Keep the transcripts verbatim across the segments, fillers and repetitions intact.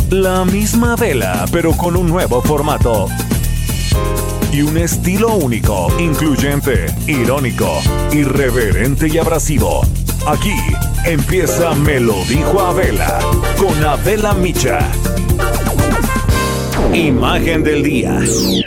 La misma Adela, pero con un nuevo formato. Y un estilo único, incluyente, irónico, irreverente y abrasivo. Aquí empieza Me lo dijo Adela, con Adela Micha. Imagen del día.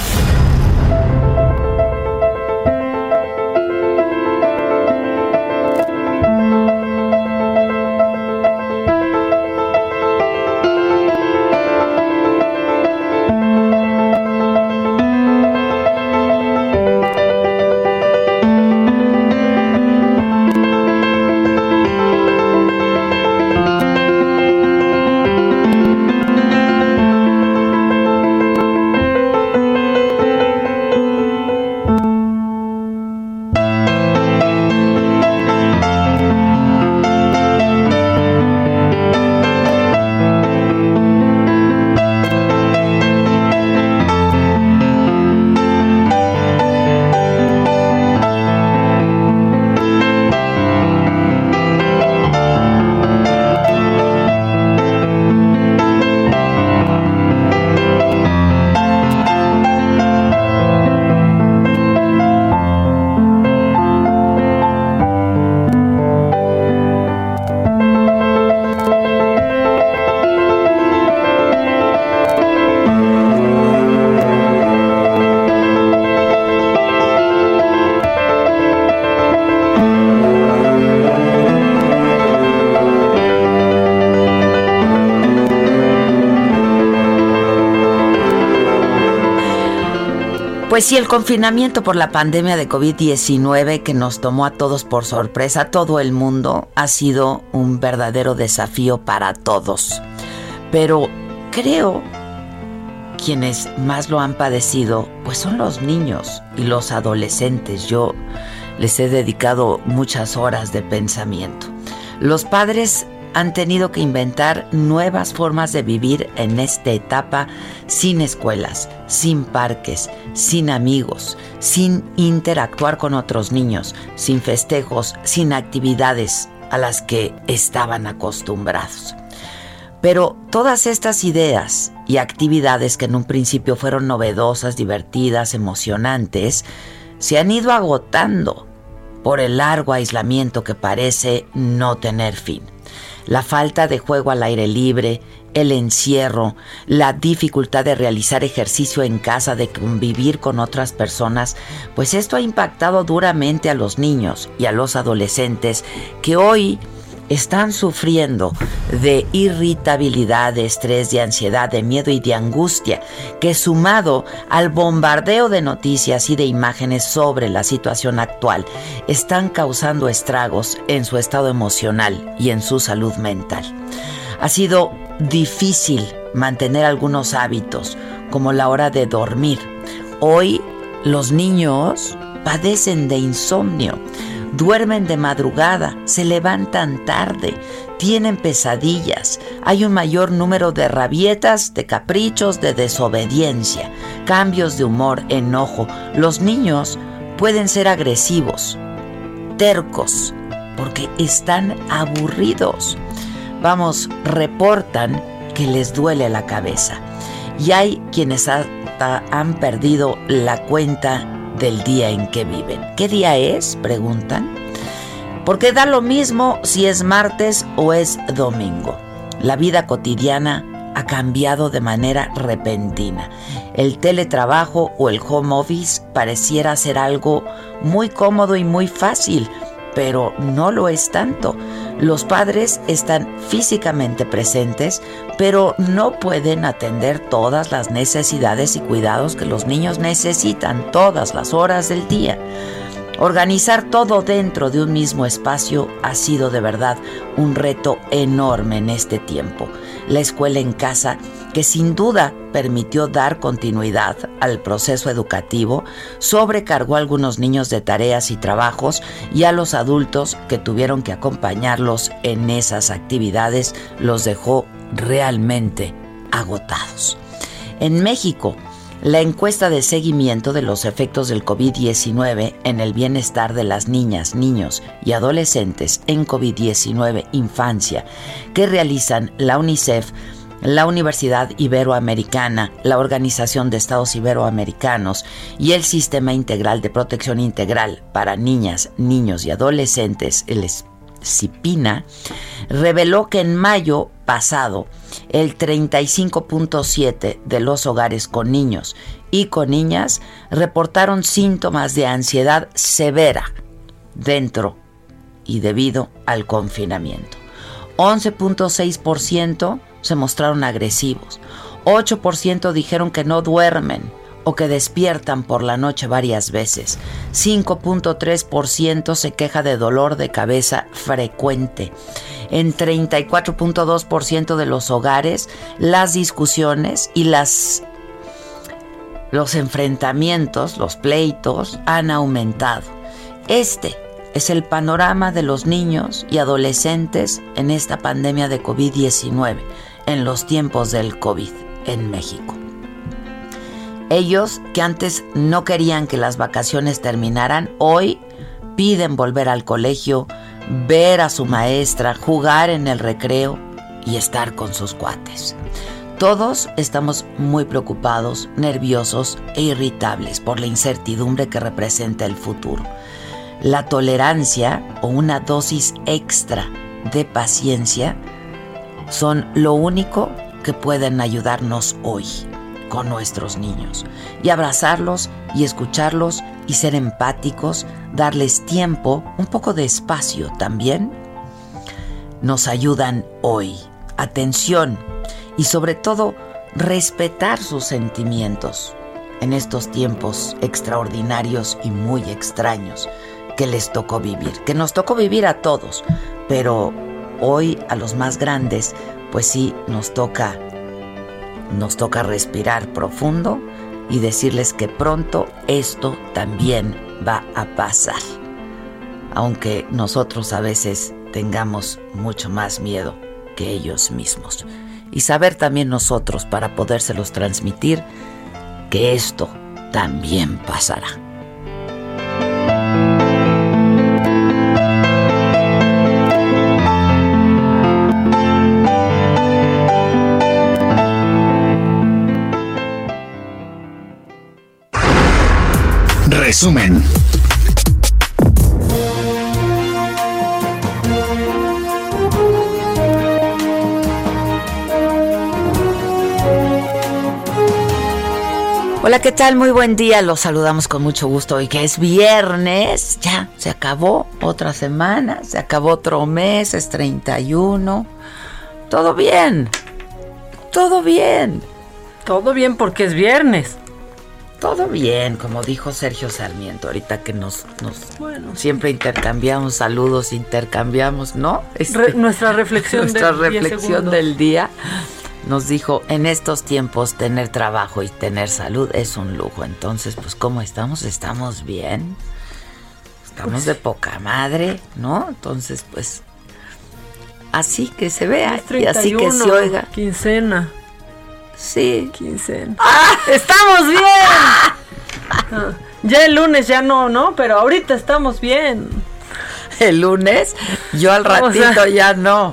Pues sí, el confinamiento por la pandemia de covid diecinueve que nos tomó a todos por sorpresa, a todo el mundo, ha sido un verdadero desafío para todos. Pero creo quienes más lo han padecido, pues son los niños y los adolescentes. Yo les he dedicado muchas horas de pensamiento. Los padres han tenido que inventar nuevas formas de vivir en esta etapa sin escuelas, sin parques, sin amigos, sin interactuar con otros niños, sin festejos, sin actividades a las que estaban acostumbrados. Pero todas estas ideas y actividades que en un principio fueron novedosas, divertidas, emocionantes, se han ido agotando por el largo aislamiento que parece no tener fin. La falta de juego al aire libre, el encierro, la dificultad de realizar ejercicio en casa, de convivir con otras personas, pues esto ha impactado duramente a los niños y a los adolescentes que hoy están sufriendo de irritabilidad, de estrés, de ansiedad, de miedo y de angustia, que sumado al bombardeo de noticias y de imágenes sobre la situación actual, están causando estragos en su estado emocional y en su salud mental. Ha sido difícil mantener algunos hábitos, como la hora de dormir. Hoy los niños padecen de insomnio. Duermen de madrugada, se levantan tarde, tienen pesadillas, hay un mayor número de rabietas, de caprichos, de desobediencia, cambios de humor, enojo. Los niños pueden ser agresivos, tercos, porque están aburridos. Vamos, reportan que les duele la cabeza. Y hay quienes hasta han perdido la cuenta del día en que viven. ¿Qué día es?, preguntan. Porque da lo mismo si es martes o es domingo. La vida cotidiana ha cambiado de manera repentina. El teletrabajo o el home office pareciera ser algo muy cómodo y muy fácil, pero no lo es tanto. Los padres están físicamente presentes, pero no pueden atender todas las necesidades y cuidados que los niños necesitan todas las horas del día. Organizar todo dentro de un mismo espacio ha sido de verdad un reto enorme en este tiempo. La escuela en casa, que sin duda permitió dar continuidad al proceso educativo, sobrecargó a algunos niños de tareas y trabajos, y a los adultos que tuvieron que acompañarlos en esas actividades los dejó realmente agotados. En México, la encuesta de seguimiento de los efectos del covid diecinueve en el bienestar de las niñas, niños y adolescentes en covid diecinueve infancia, que realizan la UNICEF, la Universidad Iberoamericana, la Organización de Estados Iberoamericanos y el Sistema Integral de Protección Integral para Niñas, Niños y Adolescentes, el CIPINA, reveló que en mayo pasado el treinta y cinco punto siete por ciento de los hogares con niños y con niñas reportaron síntomas de ansiedad severa dentro y debido al confinamiento. once punto seis por ciento se mostraron agresivos, ocho por ciento dijeron que no duermen o que despiertan por la noche varias veces, cinco punto tres por ciento se queja de dolor de cabeza frecuente. En treinta y cuatro punto dos por ciento de los hogares, las discusiones y las, los enfrentamientos, los pleitos, han aumentado. Este es el panorama de los niños y adolescentes en esta pandemia de covid diecinueve, en los tiempos del COVID en México. Ellos, que antes no querían que las vacaciones terminaran, hoy piden volver al colegio, ver a su maestra, jugar en el recreo y estar con sus cuates. Todos estamos muy preocupados, nerviosos e irritables por la incertidumbre que representa el futuro. La tolerancia o una dosis extra de paciencia son lo único que pueden ayudarnos hoy con nuestros niños, y abrazarlos y escucharlos y ser empáticos, darles tiempo, un poco de espacio también, nos ayudan hoy. Atención y sobre todo respetar sus sentimientos en estos tiempos extraordinarios y muy extraños que les tocó vivir, que nos tocó vivir a todos, pero hoy a los más grandes pues sí nos toca Nos toca respirar profundo y decirles que pronto esto también va a pasar. Aunque nosotros a veces tengamos mucho más miedo que ellos mismos. Y saber también nosotros, para podérselos transmitir, que esto también pasará. Resumen. Hola, ¿qué tal? Muy buen día. Los saludamos con mucho gusto hoy que es viernes. Ya, se acabó otra semana, se acabó otro mes, es treinta y uno. Todo bien, todo bien. Todo bien porque es viernes. Todo bien, como dijo Sergio Sarmiento, ahorita que nos, nos bueno, siempre intercambiamos saludos, intercambiamos, ¿no? Este, Re, nuestra reflexión, nuestra de reflexión del día nos dijo, en estos tiempos tener trabajo y tener salud es un lujo. Entonces, pues, ¿cómo estamos? ¿Estamos bien? Estamos pues, de poca madre, ¿no? Entonces, pues, así que se vea y así que se oiga. Quincena. Sí. Quincena. ¡Ah! ¡Estamos bien! Ah, ya el lunes ya no, ¿no? Pero ahorita estamos bien. El lunes, yo al ratito o sea, ya no.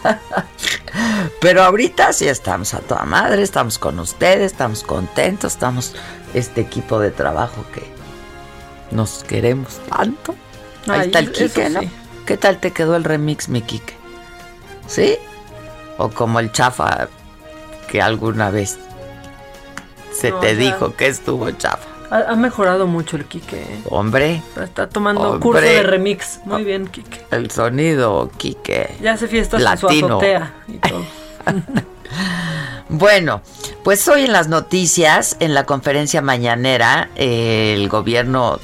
Pero ahorita sí estamos a toda madre, estamos con ustedes, estamos contentos, estamos este equipo de trabajo que nos queremos tanto. Ahí Ay, está el Quique, ¿no? Sí. ¿Qué tal te quedó el remix, mi Quique? ¿Sí? O como el chafa que alguna vez se no, te dijo sea, que estuvo chafa. Ha, ha mejorado mucho el Quique. ¿eh? Hombre. Está tomando hombre, curso de remix. Muy bien, Quique. El sonido, Quique. Ya hace fiestas latino. En su azotea y todo. Bueno, pues hoy en las noticias, en la conferencia mañanera, eh, el gobierno...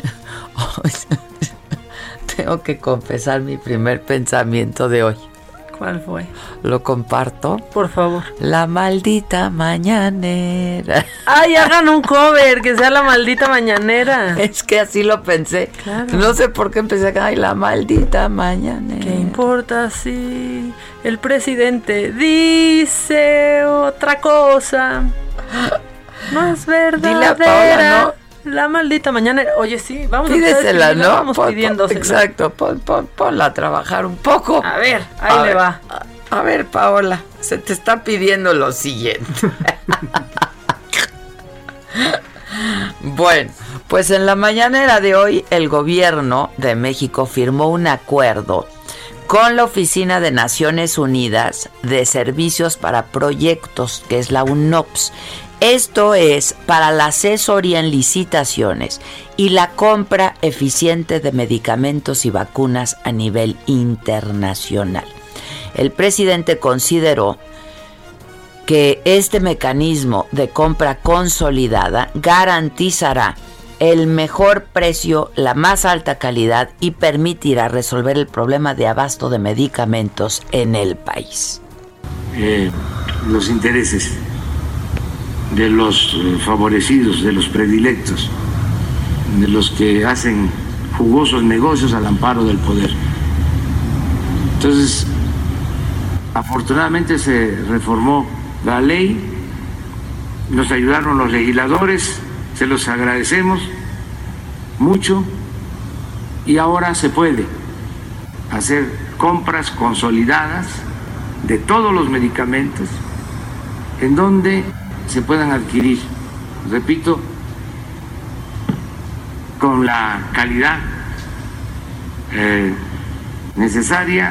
Tengo que confesar mi primer pensamiento de hoy. ¿Cuál fue? ¿Lo comparto? Por favor. La maldita mañanera. ¡Ay, hagan un cover! Que sea la maldita mañanera. Es que así lo pensé. Claro. No sé por qué empecé a... ¡Ay, la maldita mañanera! ¿Qué importa si el presidente dice otra cosa? No es verdadera. Dile a Paola, ¿no? la maldita mañanera. Oye, sí, vamos Pídesela, a ¿no? Vamos Pon, pidiéndosela. Exacto, pon, pon, ponla a trabajar un poco. A ver, ahí a le ver, va. A, a ver, Paola, se te está pidiendo lo siguiente. Bueno, pues en la mañanera de hoy el gobierno de México firmó un acuerdo con la Oficina de Naciones Unidas de Servicios para Proyectos, que es la UNOPS. Esto es para la asesoría en licitaciones y la compra eficiente de medicamentos y vacunas a nivel internacional. El presidente consideró que este mecanismo de compra consolidada garantizará el mejor precio, la más alta calidad y permitirá resolver el problema de abasto de medicamentos en el país. Eh, los intereses de los eh, favorecidos, de los predilectos, de los que hacen jugosos negocios al amparo del poder. Entonces, afortunadamente se reformó la ley, nos ayudaron los legisladores, se los agradecemos mucho y ahora se puede hacer compras consolidadas de todos los medicamentos en donde se puedan adquirir, repito, con la calidad eh, necesaria.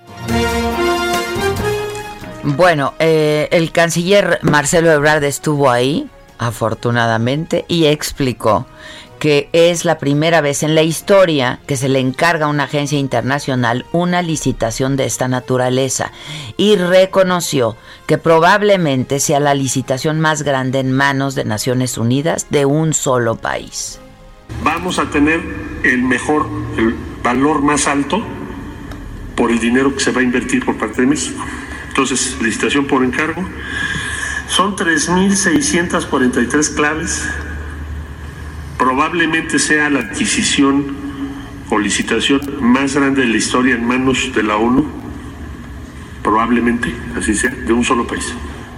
Bueno, eh, el canciller Marcelo Ebrard estuvo ahí, afortunadamente, y explicó que es la primera vez en la historia que se le encarga a una agencia internacional una licitación de esta naturaleza y reconoció que probablemente sea la licitación más grande en manos de Naciones Unidas de un solo país. Vamos a tener el mejor, el valor más alto por el dinero que se va a invertir por parte de México. Entonces, licitación por encargo. Son tres mil seiscientas cuarenta y tres claves. Probablemente sea la adquisición o licitación más grande de la historia en manos de la ONU. Probablemente, así sea, de un solo país.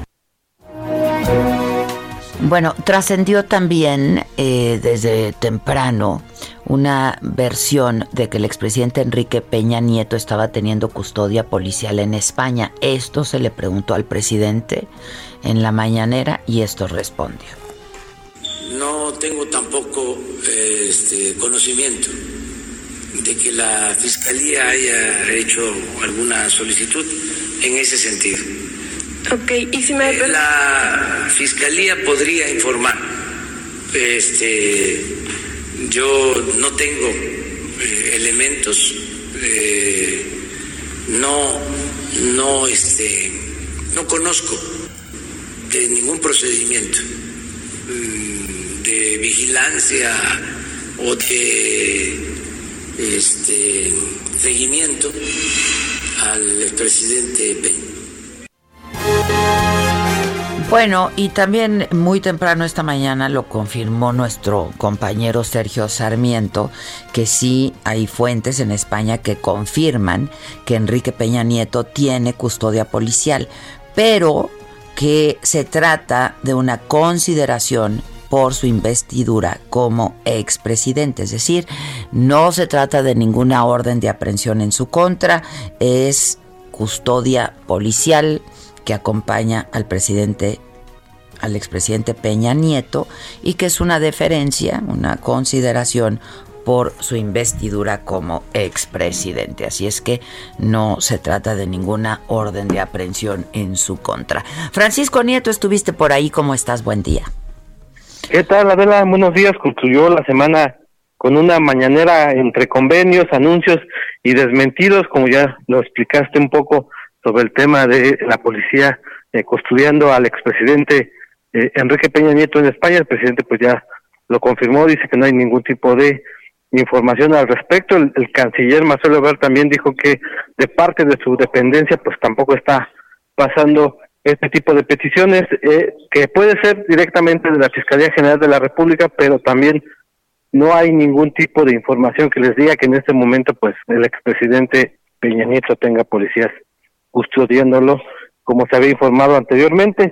Bueno, trascendió también eh, desde temprano una versión de que el expresidente Enrique Peña Nieto estaba teniendo custodia policial en España. Esto se le preguntó al presidente en la mañanera y esto respondió. No tengo tampoco eh, este, conocimiento de que la Fiscalía haya hecho alguna solicitud en ese sentido. Ok, y si me... Eh, la Fiscalía podría informar. Este, yo no tengo eh, elementos, eh, no, no, este, no conozco de ningún procedimiento de vigilancia o de este seguimiento al expresidente Peña. Bueno, y también muy temprano esta mañana lo confirmó nuestro compañero Sergio Sarmiento, que sí hay fuentes en España que confirman que Enrique Peña Nieto tiene custodia policial, pero que se trata de una consideración por su investidura como expresidente, es decir, no se trata de ninguna orden de aprehensión en su contra, es custodia policial que acompaña al presidente, al expresidente Peña Nieto, y que es una deferencia, una consideración por su investidura como expresidente. Así es que no se trata de ninguna orden de aprehensión en su contra. Francisco Nieto, estuviste por ahí, ¿cómo estás? Buen día. ¿Qué tal, Adela? Buenos días. Concluyó la semana con una mañanera entre convenios, anuncios y desmentidos, como ya lo explicaste un poco sobre el tema de la policía eh, custodiando al expresidente eh, Enrique Peña Nieto en España. El presidente pues ya lo confirmó, dice que no hay ningún tipo de información al respecto. El, el canciller Marcelo Ebrard también dijo que de parte de su dependencia pues tampoco está pasando este tipo de peticiones, eh, que puede ser directamente de la Fiscalía General de la República, pero también no hay ningún tipo de información que les diga que en este momento pues el expresidente Peña Nieto tenga policías custodiándolo, como se había informado anteriormente.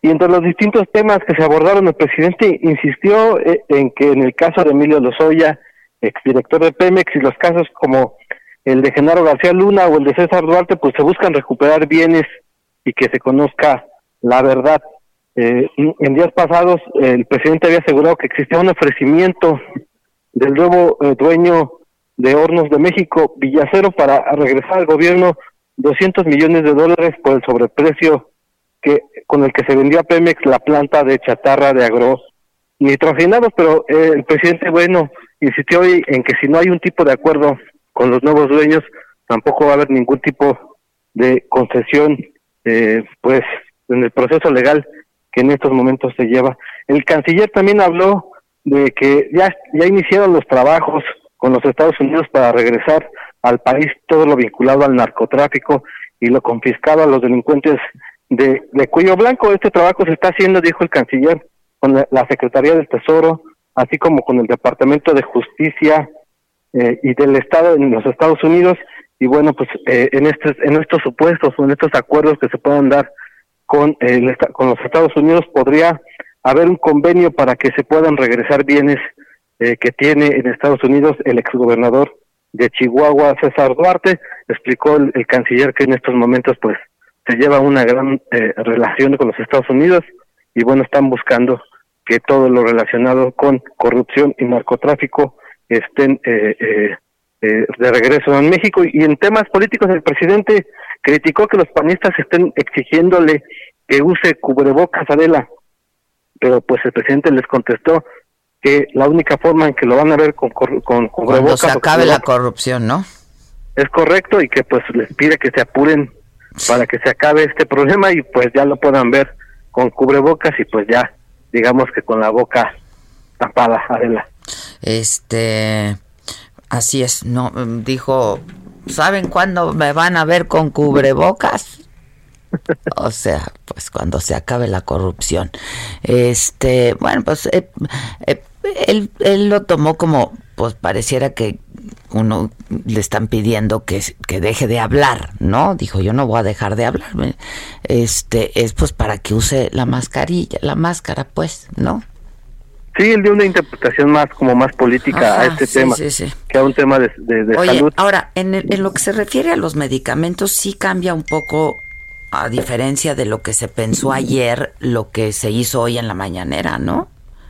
Y entre los distintos temas que se abordaron, el presidente insistió eh, en que en el caso de Emilio Lozoya, exdirector de Pemex, y los casos como el de Genaro García Luna o el de César Duarte, pues se buscan recuperar bienes y que se conozca la verdad. Eh, en días pasados, el presidente había asegurado que existía un ofrecimiento del nuevo eh, dueño de Hornos de México, Villacero, para regresar al gobierno doscientos millones de dólares por el sobreprecio que con el que se vendió a Pemex la planta de chatarra de agronitrogenados, pero eh, el presidente, bueno, insistió hoy en que si no hay un tipo de acuerdo con los nuevos dueños, tampoco va a haber ningún tipo de concesión, eh, pues, en el proceso legal que en estos momentos se lleva. El canciller también habló de que ya, ya iniciaron los trabajos con los Estados Unidos para regresar al país todo lo vinculado al narcotráfico y lo confiscado a los delincuentes de, de cuello blanco. Este trabajo se está haciendo, dijo el canciller, con la, la Secretaría del Tesoro, así como con el Departamento de Justicia eh, y del Estado en los Estados Unidos, y bueno, pues eh, en estos en estos supuestos o en estos acuerdos que se puedan dar con el, con los Estados Unidos, podría haber un convenio para que se puedan regresar bienes eh, que tiene en Estados Unidos el exgobernador de Chihuahua, César Duarte. Explicó el, el canciller que en estos momentos pues se lleva una gran eh, relación con los Estados Unidos, y bueno, están buscando que todo lo relacionado con corrupción y narcotráfico estén eh, eh, eh, de regreso en México. Y en temas políticos, el presidente criticó que los panistas estén exigiéndole que use cubrebocas, Adela, pero pues el presidente les contestó que la única forma en que lo van a ver con, con cubrebocas... Cuando se acabe la corrupción, ¿no? Es correcto, y que pues les pide que se apuren para que se acabe este problema y pues ya lo puedan ver con cubrebocas y pues ya, digamos que con la boca tapada, Adela. Este, así es, no, dijo, ¿saben cuándo me van a ver con cubrebocas? O sea, pues cuando se acabe la corrupción. Este, bueno, pues eh, eh, él, él lo tomó como, pues pareciera que uno le están pidiendo que, que deje de hablar, ¿no? Dijo, yo no voy a dejar de hablar. Este, es pues para que use la mascarilla, la máscara, pues, ¿no? Sí, él dio una interpretación más, como más política. Ajá, a este sí, tema, sí, sí. que a un tema de, de, de Oye, salud. Ahora, en, el, en lo que se refiere a los medicamentos, sí cambia un poco, a diferencia de lo que se pensó ayer, lo que se hizo hoy en la mañanera, ¿no?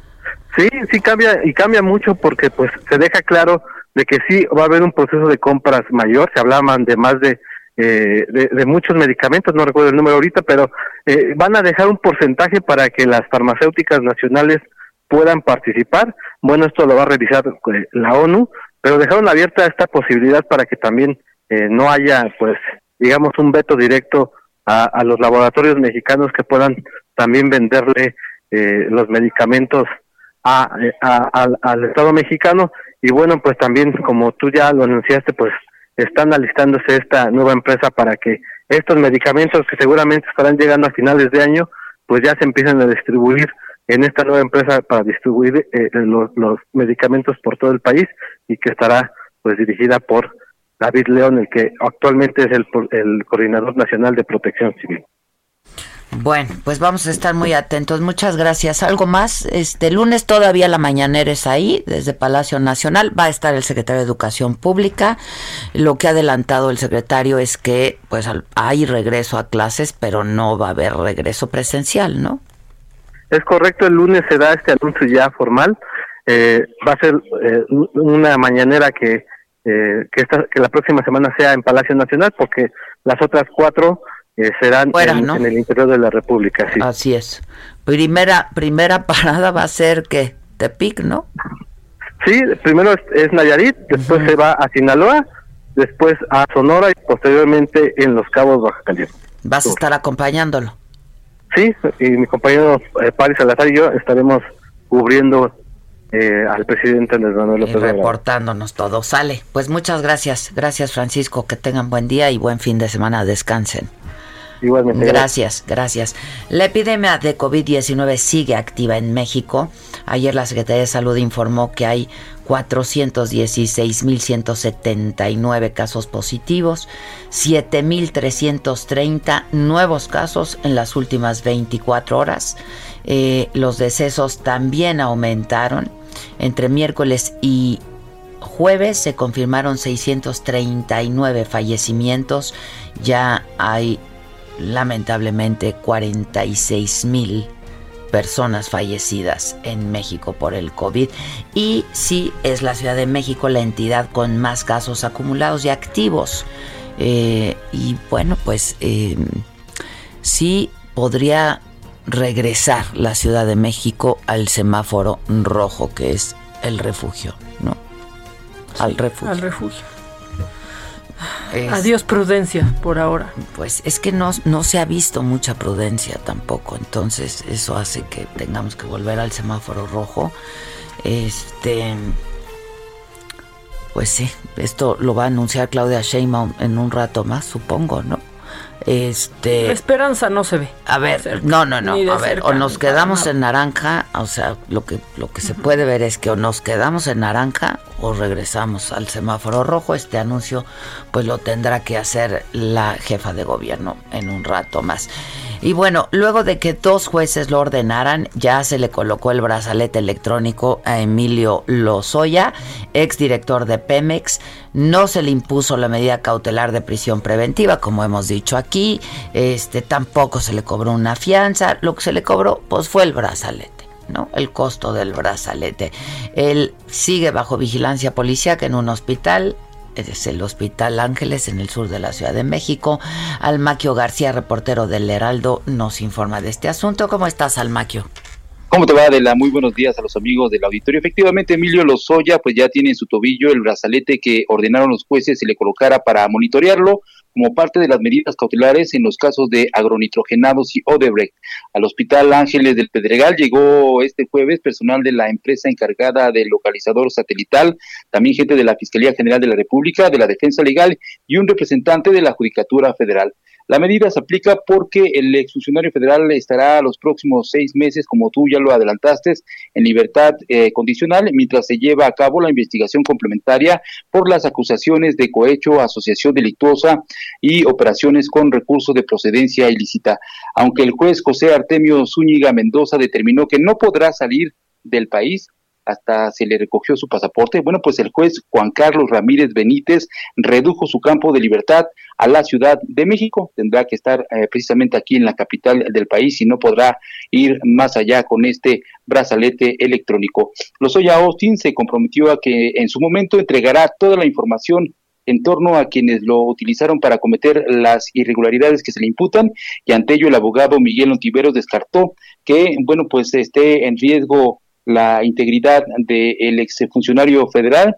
Sí, sí cambia, y cambia mucho porque pues se deja claro de que sí va a haber un proceso de compras mayor. Se hablaban de más de, eh, de, de muchos medicamentos, no recuerdo el número ahorita, pero eh, van a dejar un porcentaje para que las farmacéuticas nacionales puedan participar. Bueno, esto lo va a revisar eh, la ONU, pero dejaron abierta esta posibilidad para que también eh, no haya, pues, digamos, un veto directo a, a los laboratorios mexicanos que puedan también venderle eh, los medicamentos a, a, a, al Estado mexicano. Y bueno, pues también, como tú ya lo anunciaste, pues están alistándose esta nueva empresa para que estos medicamentos, que seguramente estarán llegando a finales de año, pues ya se empiecen a distribuir en esta nueva empresa para distribuir eh, los, los medicamentos por todo el país, y que estará pues dirigida por David León, el que actualmente es el, el Coordinador Nacional de Protección Civil. Bueno, pues vamos a estar muy atentos. Muchas gracias. ¿Algo más? Este lunes todavía la mañanera es ahí, desde Palacio Nacional. Va a estar el secretario de Educación Pública. Lo que ha adelantado el secretario es que pues hay regreso a clases, pero no va a haber regreso presencial, ¿no? Es correcto, el lunes se da este anuncio ya formal. Eh, va a ser eh, una mañanera que eh, que, esta, que la próxima semana sea en Palacio Nacional, porque las otras cuatro eh, serán Fuera, en, ¿no? en el interior de la República. Sí. Así es. Primera primera parada va a ser que Tepic, ¿no? Sí, primero es, es Nayarit, después uh-huh. se va a Sinaloa, después a Sonora y posteriormente en Los Cabos, Baja California. ¿Vas a estar acompañándolo? Sí, y mi compañero eh, Paris Salazar y yo estaremos cubriendo eh, al presidente Andrés Manuel López Obrador. Reportándonos todo. Sale. Pues muchas gracias. Gracias, Francisco. Que tengan buen día y buen fin de semana. Descansen. Igualmente. Gracias, gracias. La epidemia de COVID diecinueve sigue activa en México. Ayer la Secretaría de Salud informó que hay cuatrocientos dieciséis mil ciento setenta y nueve casos positivos, siete mil trescientos treinta nuevos casos en las últimas veinticuatro horas. Eh, los decesos también aumentaron. Entre miércoles y jueves se confirmaron seiscientos treinta y nueve fallecimientos. Ya hay lamentablemente cuarenta y seis mil personas fallecidas en México por el COVID, y sí es la Ciudad de México la entidad con más casos acumulados y activos. Eh, y bueno, pues eh, sí podría regresar la Ciudad de México al semáforo rojo, que es el refugio, ¿no? Al sí, refugio. Al refugio. Es, Adiós prudencia por ahora. Pues es que no, no se ha visto mucha prudencia tampoco, entonces eso hace que tengamos que volver al semáforo rojo. Este, pues sí, esto lo va a anunciar Claudia Sheinbaum en un rato más, supongo, ¿no? Este, la esperanza no se ve. A ver, cerca, no, no, no, a ver, cerca, o nos quedamos en naranja, o sea, lo que lo que se puede ver es que o nos quedamos en naranja o regresamos al semáforo rojo. Este anuncio pues lo tendrá que hacer la jefa de gobierno en un rato más. Y bueno, luego de que dos jueces lo ordenaran, ya se le colocó el brazalete electrónico a Emilio Lozoya, exdirector de Pemex. No se le impuso la medida cautelar de prisión preventiva, como hemos dicho aquí. Este, tampoco se le cobró una fianza. Lo que se le cobró, pues, fue el brazalete, ¿no? El costo del brazalete. Él sigue bajo vigilancia policíaca en un hospital. Es el Hospital Ángeles, en el sur de la Ciudad de México. Almaquio García, reportero del Heraldo, nos informa de este asunto. ¿Cómo estás, Almaquio? ¿Cómo te va, Adela? Muy buenos días a los amigos del auditorio. Efectivamente, Emilio Lozoya pues ya tiene en su tobillo el brazalete que ordenaron los jueces se le colocara para monitorearlo como parte de las medidas cautelares en los casos de agronitrogenados y Odebrecht. Al Hospital Ángeles del Pedregal llegó este jueves personal de la empresa encargada del localizador satelital, también gente de la Fiscalía General de la República, de la Defensa Legal y un representante de la Judicatura Federal. La medida se aplica porque el exfuncionario federal estará los próximos seis meses, como tú ya lo adelantaste, en libertad eh, condicional, mientras se lleva a cabo la investigación complementaria por las acusaciones de cohecho, asociación delictuosa y operaciones con recursos de procedencia ilícita. Aunque el juez José Artemio Zúñiga Mendoza determinó que no podrá salir del país hasta se le recogió su pasaporte, bueno, pues el juez Juan Carlos Ramírez Benítez redujo su campo de libertad a la Ciudad de México. Tendrá que estar eh, precisamente aquí en la capital del país y no podrá ir más allá con este brazalete electrónico. Lozoya Austin se comprometió a que en su momento entregará toda la información en torno a quienes lo utilizaron para cometer las irregularidades que se le imputan, y ante ello el abogado Miguel Ontiveros descartó que, bueno, pues esté en riesgo la integridad del exfuncionario federal,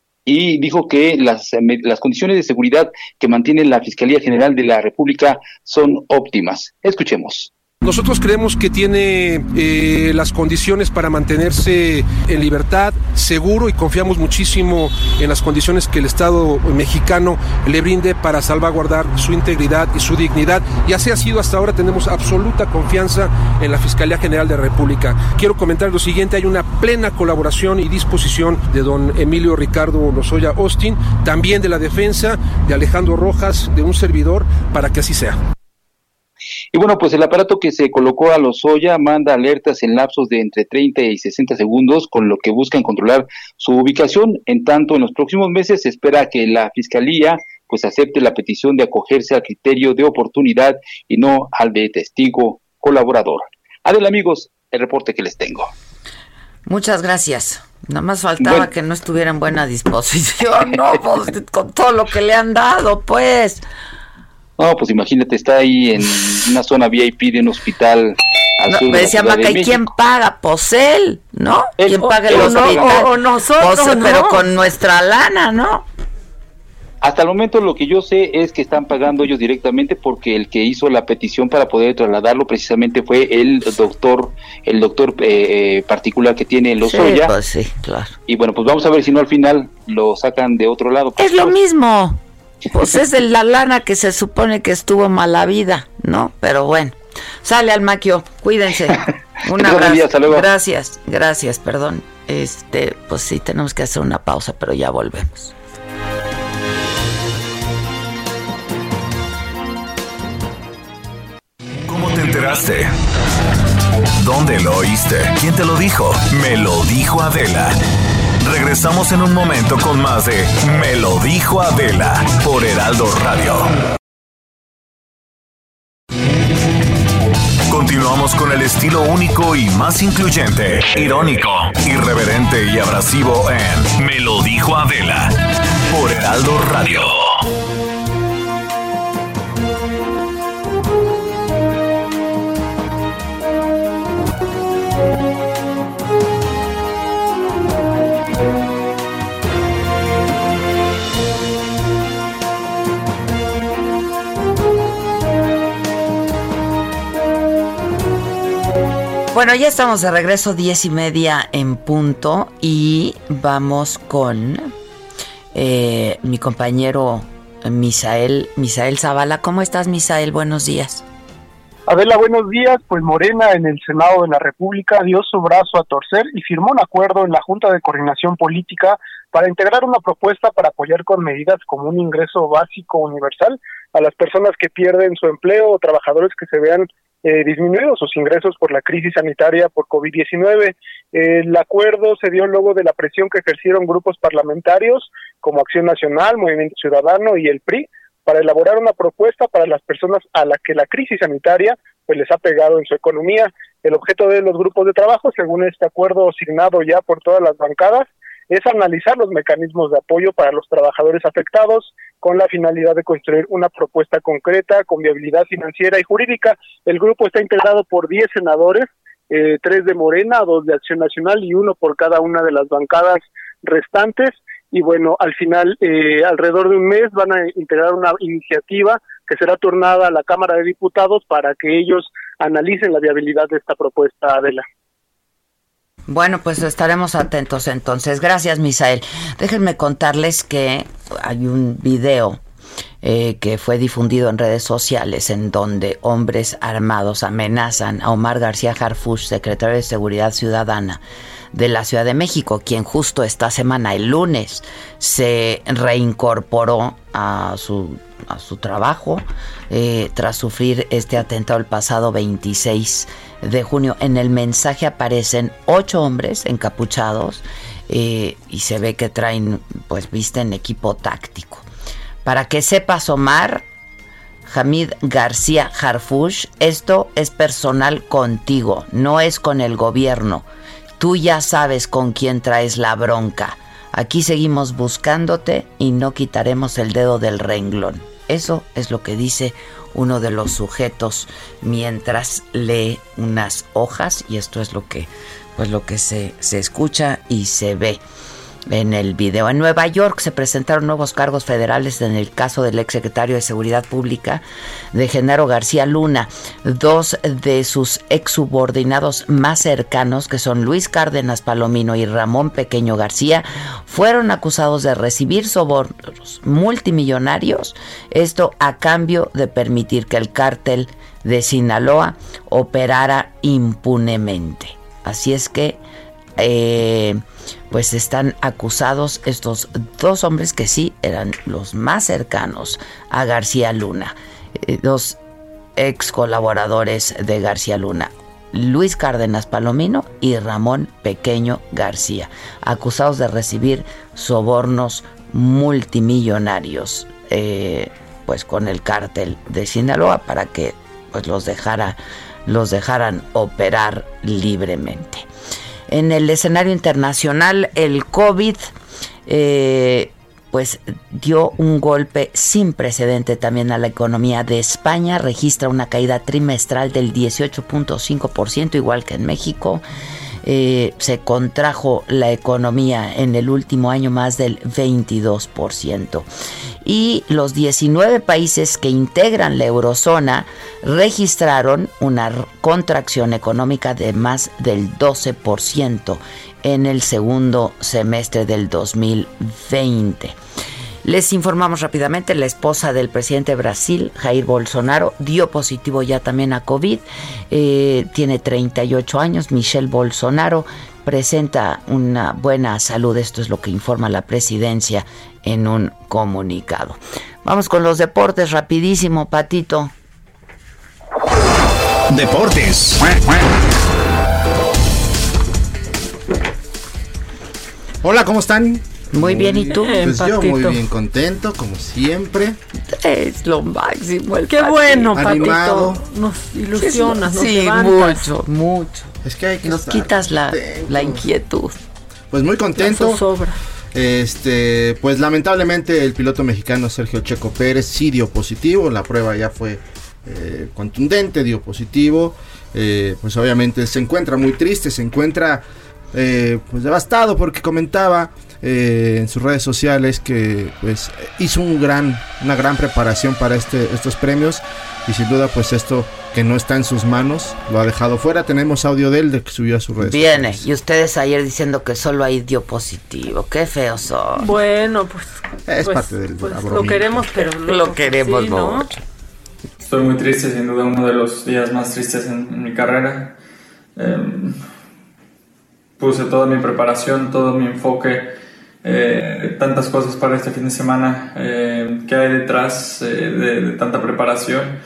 y dijo que las, las condiciones de seguridad que mantiene la Fiscalía General de la República son óptimas. Escuchemos. Nosotros creemos que tiene eh, las condiciones para mantenerse en libertad, seguro, y confiamos muchísimo en las condiciones que el Estado mexicano le brinde para salvaguardar su integridad y su dignidad. Y así ha sido hasta ahora. Tenemos absoluta confianza en la Fiscalía General de la República. Quiero comentar lo siguiente: hay una plena colaboración y disposición de don Emilio Ricardo Lozoya Austin, también de la defensa, de Alejandro Rojas, de un servidor, para que así sea. Y bueno, pues el aparato que se colocó a Lozoya manda alertas en lapsos de entre treinta y sesenta segundos, con lo que buscan controlar su ubicación. En tanto, en los próximos meses se espera que la Fiscalía pues acepte la petición de acogerse al criterio de oportunidad y no al de testigo colaborador. Adel, amigos, el reporte que les tengo. Muchas gracias. Nada más faltaba bueno. que no estuviera en buena disposición, no, pues, con todo lo que le han dado, pues. No, pues imagínate, está ahí en una zona V I P de un hospital. No, me decía Maca, ¿y quién paga? Pues él, ¿no? Él, ¿Quién paga el él, hospital? O, o nosotros, pues, ¿no? Pero con nuestra lana, ¿no? Hasta el momento lo que yo sé es que están pagando ellos directamente, porque el que hizo la petición para poder trasladarlo precisamente fue el doctor, el doctor eh, particular que tiene Lozoya. Sí, pues sí, claro. Y bueno, pues vamos a ver si no al final lo sacan de otro lado. Es lo mismo. Pues es de la lana que se supone que estuvo mala vida, ¿no? Pero bueno, sale al Maquio, cuídense. Un abrazo. Día, gracias, gracias, perdón. Este, pues sí, tenemos que hacer una pausa, pero ya volvemos. ¿Cómo te enteraste? ¿Dónde lo oíste? ¿Quién te lo dijo? Me lo dijo Adela. Regresamos en un momento con más de Me lo dijo Adela por Heraldo Radio. Continuamos con el estilo único y más incluyente, irónico, irreverente y abrasivo en Me lo dijo Adela por Heraldo Radio. Bueno, ya estamos de regreso, diez y media en punto, y vamos con eh, mi compañero Misael, Misael Zavala. ¿Cómo estás, Misael? Buenos días. Adela, buenos días. Pues Morena en el Senado de la República dio su brazo a torcer y firmó un acuerdo en la Junta de Coordinación Política para integrar una propuesta para apoyar con medidas como un ingreso básico universal a las personas que pierden su empleo o trabajadores que se vean Eh, disminuidos sus ingresos por la crisis sanitaria por COVID diecinueve. Eh, el acuerdo se dio luego de la presión que ejercieron grupos parlamentarios como Acción Nacional, Movimiento Ciudadano y el P R I para elaborar una propuesta para las personas a las que la crisis sanitaria pues les ha pegado en su economía. El objeto de los grupos de trabajo, según este acuerdo asignado ya por todas las bancadas, es analizar los mecanismos de apoyo para los trabajadores afectados con la finalidad de construir una propuesta concreta con viabilidad financiera y jurídica. El grupo está integrado por diez senadores, eh, tres de Morena, dos de Acción Nacional y uno por cada una de las bancadas restantes. Y bueno, al final, eh, alrededor de un mes van a integrar una iniciativa que será turnada a la Cámara de Diputados para que ellos analicen la viabilidad de esta propuesta, Adela. Bueno, pues estaremos atentos entonces. Gracias, Misael. Déjenme contarles que hay un video eh, que fue difundido en redes sociales en donde hombres armados amenazan a Omar García Harfuch, secretario de Seguridad Ciudadana de la Ciudad de México, quien justo esta semana, el lunes, se reincorporó a su, a su trabajo eh, tras sufrir este atentado el pasado veintiséis de junio. En el mensaje aparecen ocho hombres encapuchados eh, y se ve que traen, pues visten equipo táctico. Para que sepas, Omar Hamid García Harfuch, esto es personal contigo, no es con el gobierno. Tú ya sabes con quién traes la bronca. Aquí seguimos buscándote y no quitaremos el dedo del renglón. Eso es lo que dice uno de los sujetos mientras lee unas hojas, y esto es lo que, pues lo que se, se escucha y se ve en el video. En Nueva York se presentaron nuevos cargos federales en el caso del exsecretario de Seguridad Pública de Genaro García Luna. Dos de sus exsubordinados más cercanos, que son Luis Cárdenas Palomino y Ramón Pequeño García, fueron acusados de recibir sobornos multimillonarios, esto a cambio de permitir que el cártel de Sinaloa operara impunemente. Así es que eh, pues están acusados estos dos hombres que sí eran los más cercanos a García Luna, eh, dos ex colaboradores de García Luna, Luis Cárdenas Palomino y Ramón Pequeño García, acusados de recibir sobornos multimillonarios eh, pues con el cártel de Sinaloa para que pues los dejara los dejaran operar libremente. En el escenario internacional, el COVID eh, pues dio un golpe sin precedente también a la economía de España. Registra una caída trimestral del dieciocho punto cinco por ciento, igual que en México. Eh, se contrajo la economía en el último año más del veintidós por ciento. Y los diecinueve países que integran la eurozona registraron una contracción económica de más del doce por ciento en el segundo semestre del dos mil veinte. Les informamos rápidamente, la esposa del presidente de Brasil, Jair Bolsonaro, dio positivo ya también a COVID. Eh, tiene treinta y ocho años, Michelle Bolsonaro, presenta una buena salud. Esto es lo que informa la presidencia en un comunicado. Vamos con los deportes, rapidísimo, Patito. Deportes. Hola, ¿cómo están? Muy bien, ¿y tú? Pues Patito. yo muy bien contento, como siempre. Es lo máximo el Qué Patito. bueno, Animado. Patito. Nos ilusionas, nos Sí, levantas. mucho, mucho. Es que hay que Nos estar quitas la, contentos. la inquietud. Pues muy contento. La zozobra. Este, pues lamentablemente el piloto mexicano Sergio Checo Pérez sí dio positivo. La prueba ya fue eh, contundente, dio positivo. Eh, pues obviamente se encuentra muy triste, se encuentra eh, pues devastado porque comentaba eh, en sus redes sociales que pues hizo un gran, una gran preparación para este, estos premios y sin duda pues esto que no está en sus manos lo ha dejado fuera. Tenemos audio de él de que subió a sus redes Viene, sociales. y ustedes ayer diciendo que solo ahí dio positivo. Qué feos son. Bueno, pues, Es pues, parte del pues la lo bromita. queremos, pero Lo queremos sí, ¿no? mucho. Estoy muy triste, sin duda uno de los días más tristes en, en mi carrera. Eh, puse toda mi preparación, todo mi enfoque, eh, tantas cosas para este fin de semana eh, que hay detrás eh, de, de tanta preparación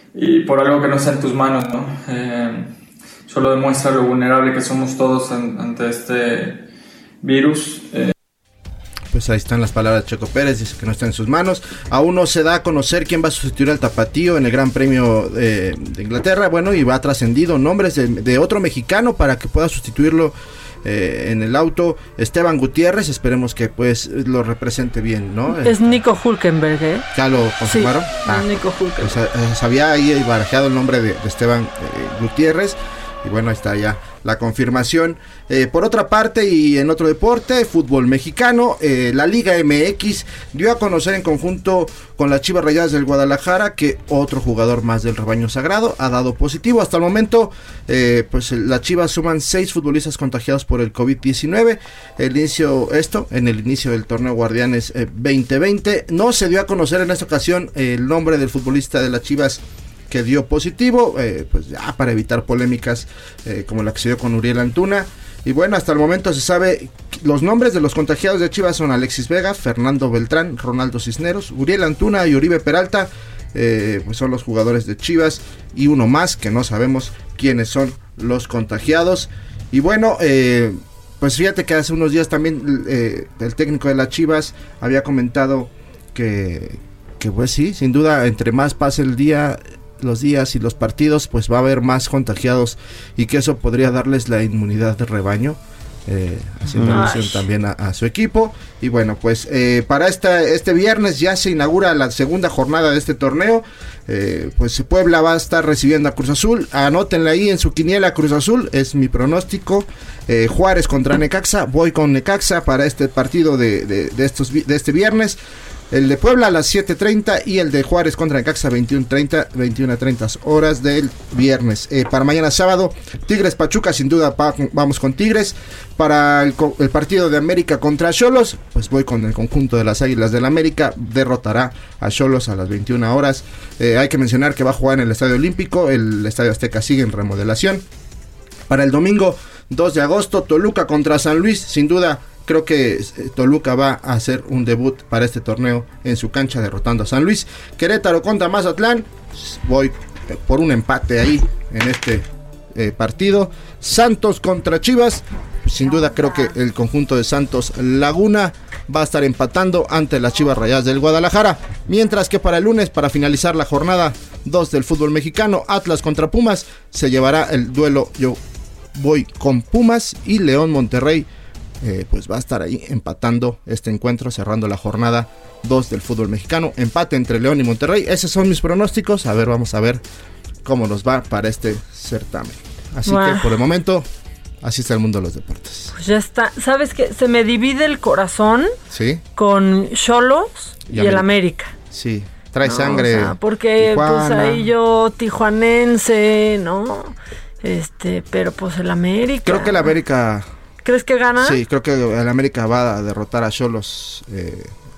y por algo que no está en tus manos, ¿no? Eh, solo demuestra lo vulnerable que somos todos en, ante este virus. Eh, Pues ahí están las palabras de Checo Pérez, dice que no está en sus manos. Aún no se da a conocer quién va a sustituir al Tapatío en el Gran Premio de, de Inglaterra. Bueno, y va trascendido nombres de, de otro mexicano para que pueda sustituirlo eh, en el auto. Esteban Gutiérrez, esperemos que pues lo represente bien, ¿no? Es Nico Hülkenberg, ¿eh? ¿Ya lo confirmaron? Sí, Ah, Nico Hülkenberg. pues, eh, se había ahí barajeado el nombre de, de Esteban eh, Gutiérrez. Y bueno, ahí está ya la confirmación. Eh, por otra parte, y en otro deporte, fútbol mexicano, eh, la Liga M X dio a conocer en conjunto con las Chivas Rayadas del Guadalajara que otro jugador más del rebaño sagrado ha dado positivo. Hasta el momento, eh, pues las Chivas suman seis futbolistas contagiados por el COVID diecinueve. El inicio, esto, en el inicio del torneo Guardianes eh, veinte veinte. No se dio a conocer en esta ocasión eh, el nombre del futbolista de las Chivas que dio positivo, eh, pues ya para evitar polémicas eh, como la que se dio con Uriel Antuna. Y bueno, hasta el momento se sabe los nombres de los contagiados de Chivas son Alexis Vega, Fernando Beltrán, Ronaldo Cisneros, Uriel Antuna y Oribe Peralta. Eh, pues son los jugadores de Chivas y uno más que no sabemos quiénes son los contagiados. Y bueno, eh, pues fíjate que hace unos días también eh, el técnico de las Chivas había comentado que, que pues sí, sin duda, entre más pase el día, los días y los partidos, pues va a haber más contagiados y que eso podría darles la inmunidad de rebaño, eh, haciendo Ay. alusión también a, a su equipo. Y bueno, pues eh, para esta, este viernes ya se inaugura la segunda jornada de este torneo. Eh, pues Puebla va a estar recibiendo a Cruz Azul. Anótenla ahí en su quiniela, Cruz Azul es mi pronóstico. eh, Juárez contra Necaxa, voy con Necaxa para este partido de, de, de, estos, de este viernes. El de Puebla a las siete treinta y el de Juárez contra Necaxa veintiuno treinta, veintiuno treinta horas del viernes. Eh, para mañana sábado, Tigres Pachuca, sin duda pa, vamos con Tigres. Para el, el partido de América contra Xolos, pues voy con el conjunto de las Águilas del América, derrotará a Xolos a las veintiuna horas. Eh, hay que mencionar que va a jugar en el Estadio Olímpico, el Estadio Azteca sigue en remodelación. Para el domingo dos de agosto, Toluca contra San Luis, sin duda. Creo que Toluca va a hacer un debut para este torneo en su cancha derrotando a San Luis. Querétaro contra Mazatlán, voy por un empate ahí en este eh, partido. Santos contra Chivas, sin duda creo que el conjunto de Santos Laguna va a estar empatando ante las Chivas Rayadas del Guadalajara. Mientras que para el lunes, para finalizar la jornada dos del fútbol mexicano, Atlas contra Pumas, se llevará el duelo. Yo voy con Pumas y León Monterrey. Eh, pues va a estar ahí empatando este encuentro, cerrando la jornada dos del fútbol mexicano. Empate entre León y Monterrey. Esos son mis pronósticos. A ver, vamos a ver cómo nos va para este certamen. Así Wow. que por el momento, así está el mundo de los deportes. Pues ya está. ¿Sabes qué? Se me divide el corazón Sí, con Xolos Y y, el América. América. sí. Trae No, sangre. o sea, porque pues Tijuana. ahí yo tijuanense, ¿no? Este, pero pues el América. Creo que el América. ¿Crees que gana? Sí, creo que el América va a derrotar a Xolos. Eh,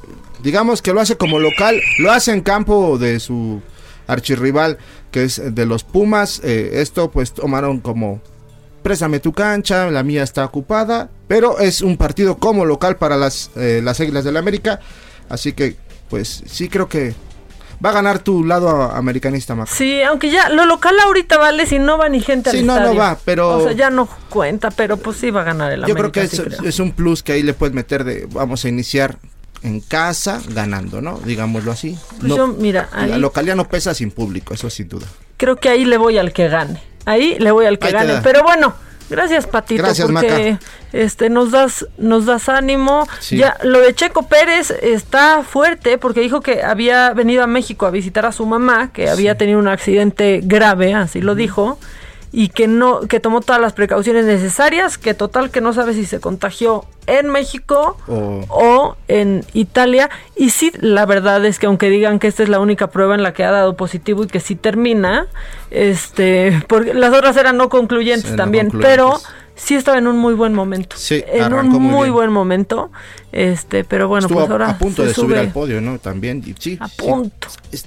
digamos que lo hace como local, lo hace en campo de su archirrival, que es de los Pumas. Eh, esto pues tomaron como, préstame tu cancha, la mía está ocupada, pero es un partido como local para las, eh, las Águilas del América, así que pues sí creo que va a ganar tu lado americanista, Maca. Sí, aunque ya lo local ahorita vale si no va ni gente al sí, no, estadio. no va, pero... O sea, ya no cuenta, pero pues sí va a ganar el yo América. Yo creo que sí es, creo. es un plus que ahí le puedes meter de, vamos a iniciar en casa ganando, ¿no? Digámoslo así. Pues no, yo, mira, ahí... La localidad no pesa sin público, eso sin duda. Creo que ahí le voy al que gane. Ahí le voy al que ahí gane. Pero bueno, gracias, Patito, gracias, porque Maca. este nos das nos das ánimo. Sí. Ya lo de Checo Pérez está fuerte porque dijo que había venido a México a visitar a su mamá, que había sí. tenido un accidente grave, así lo dijo, y que no que tomó todas las precauciones necesarias, que total que no sabe si se contagió en México oh. o en Italia. Y sí, la verdad es que aunque digan que esta es la única prueba en la que ha dado positivo y que sí termina, este porque las otras eran no concluyentes sí, también, no concluyentes. Pero sí estaba en un muy buen momento. Sí, en un muy, muy buen momento. Este, pero bueno, estuvo pues ahora a punto de sube, subir al podio, ¿no? También, y sí. A sí. punto.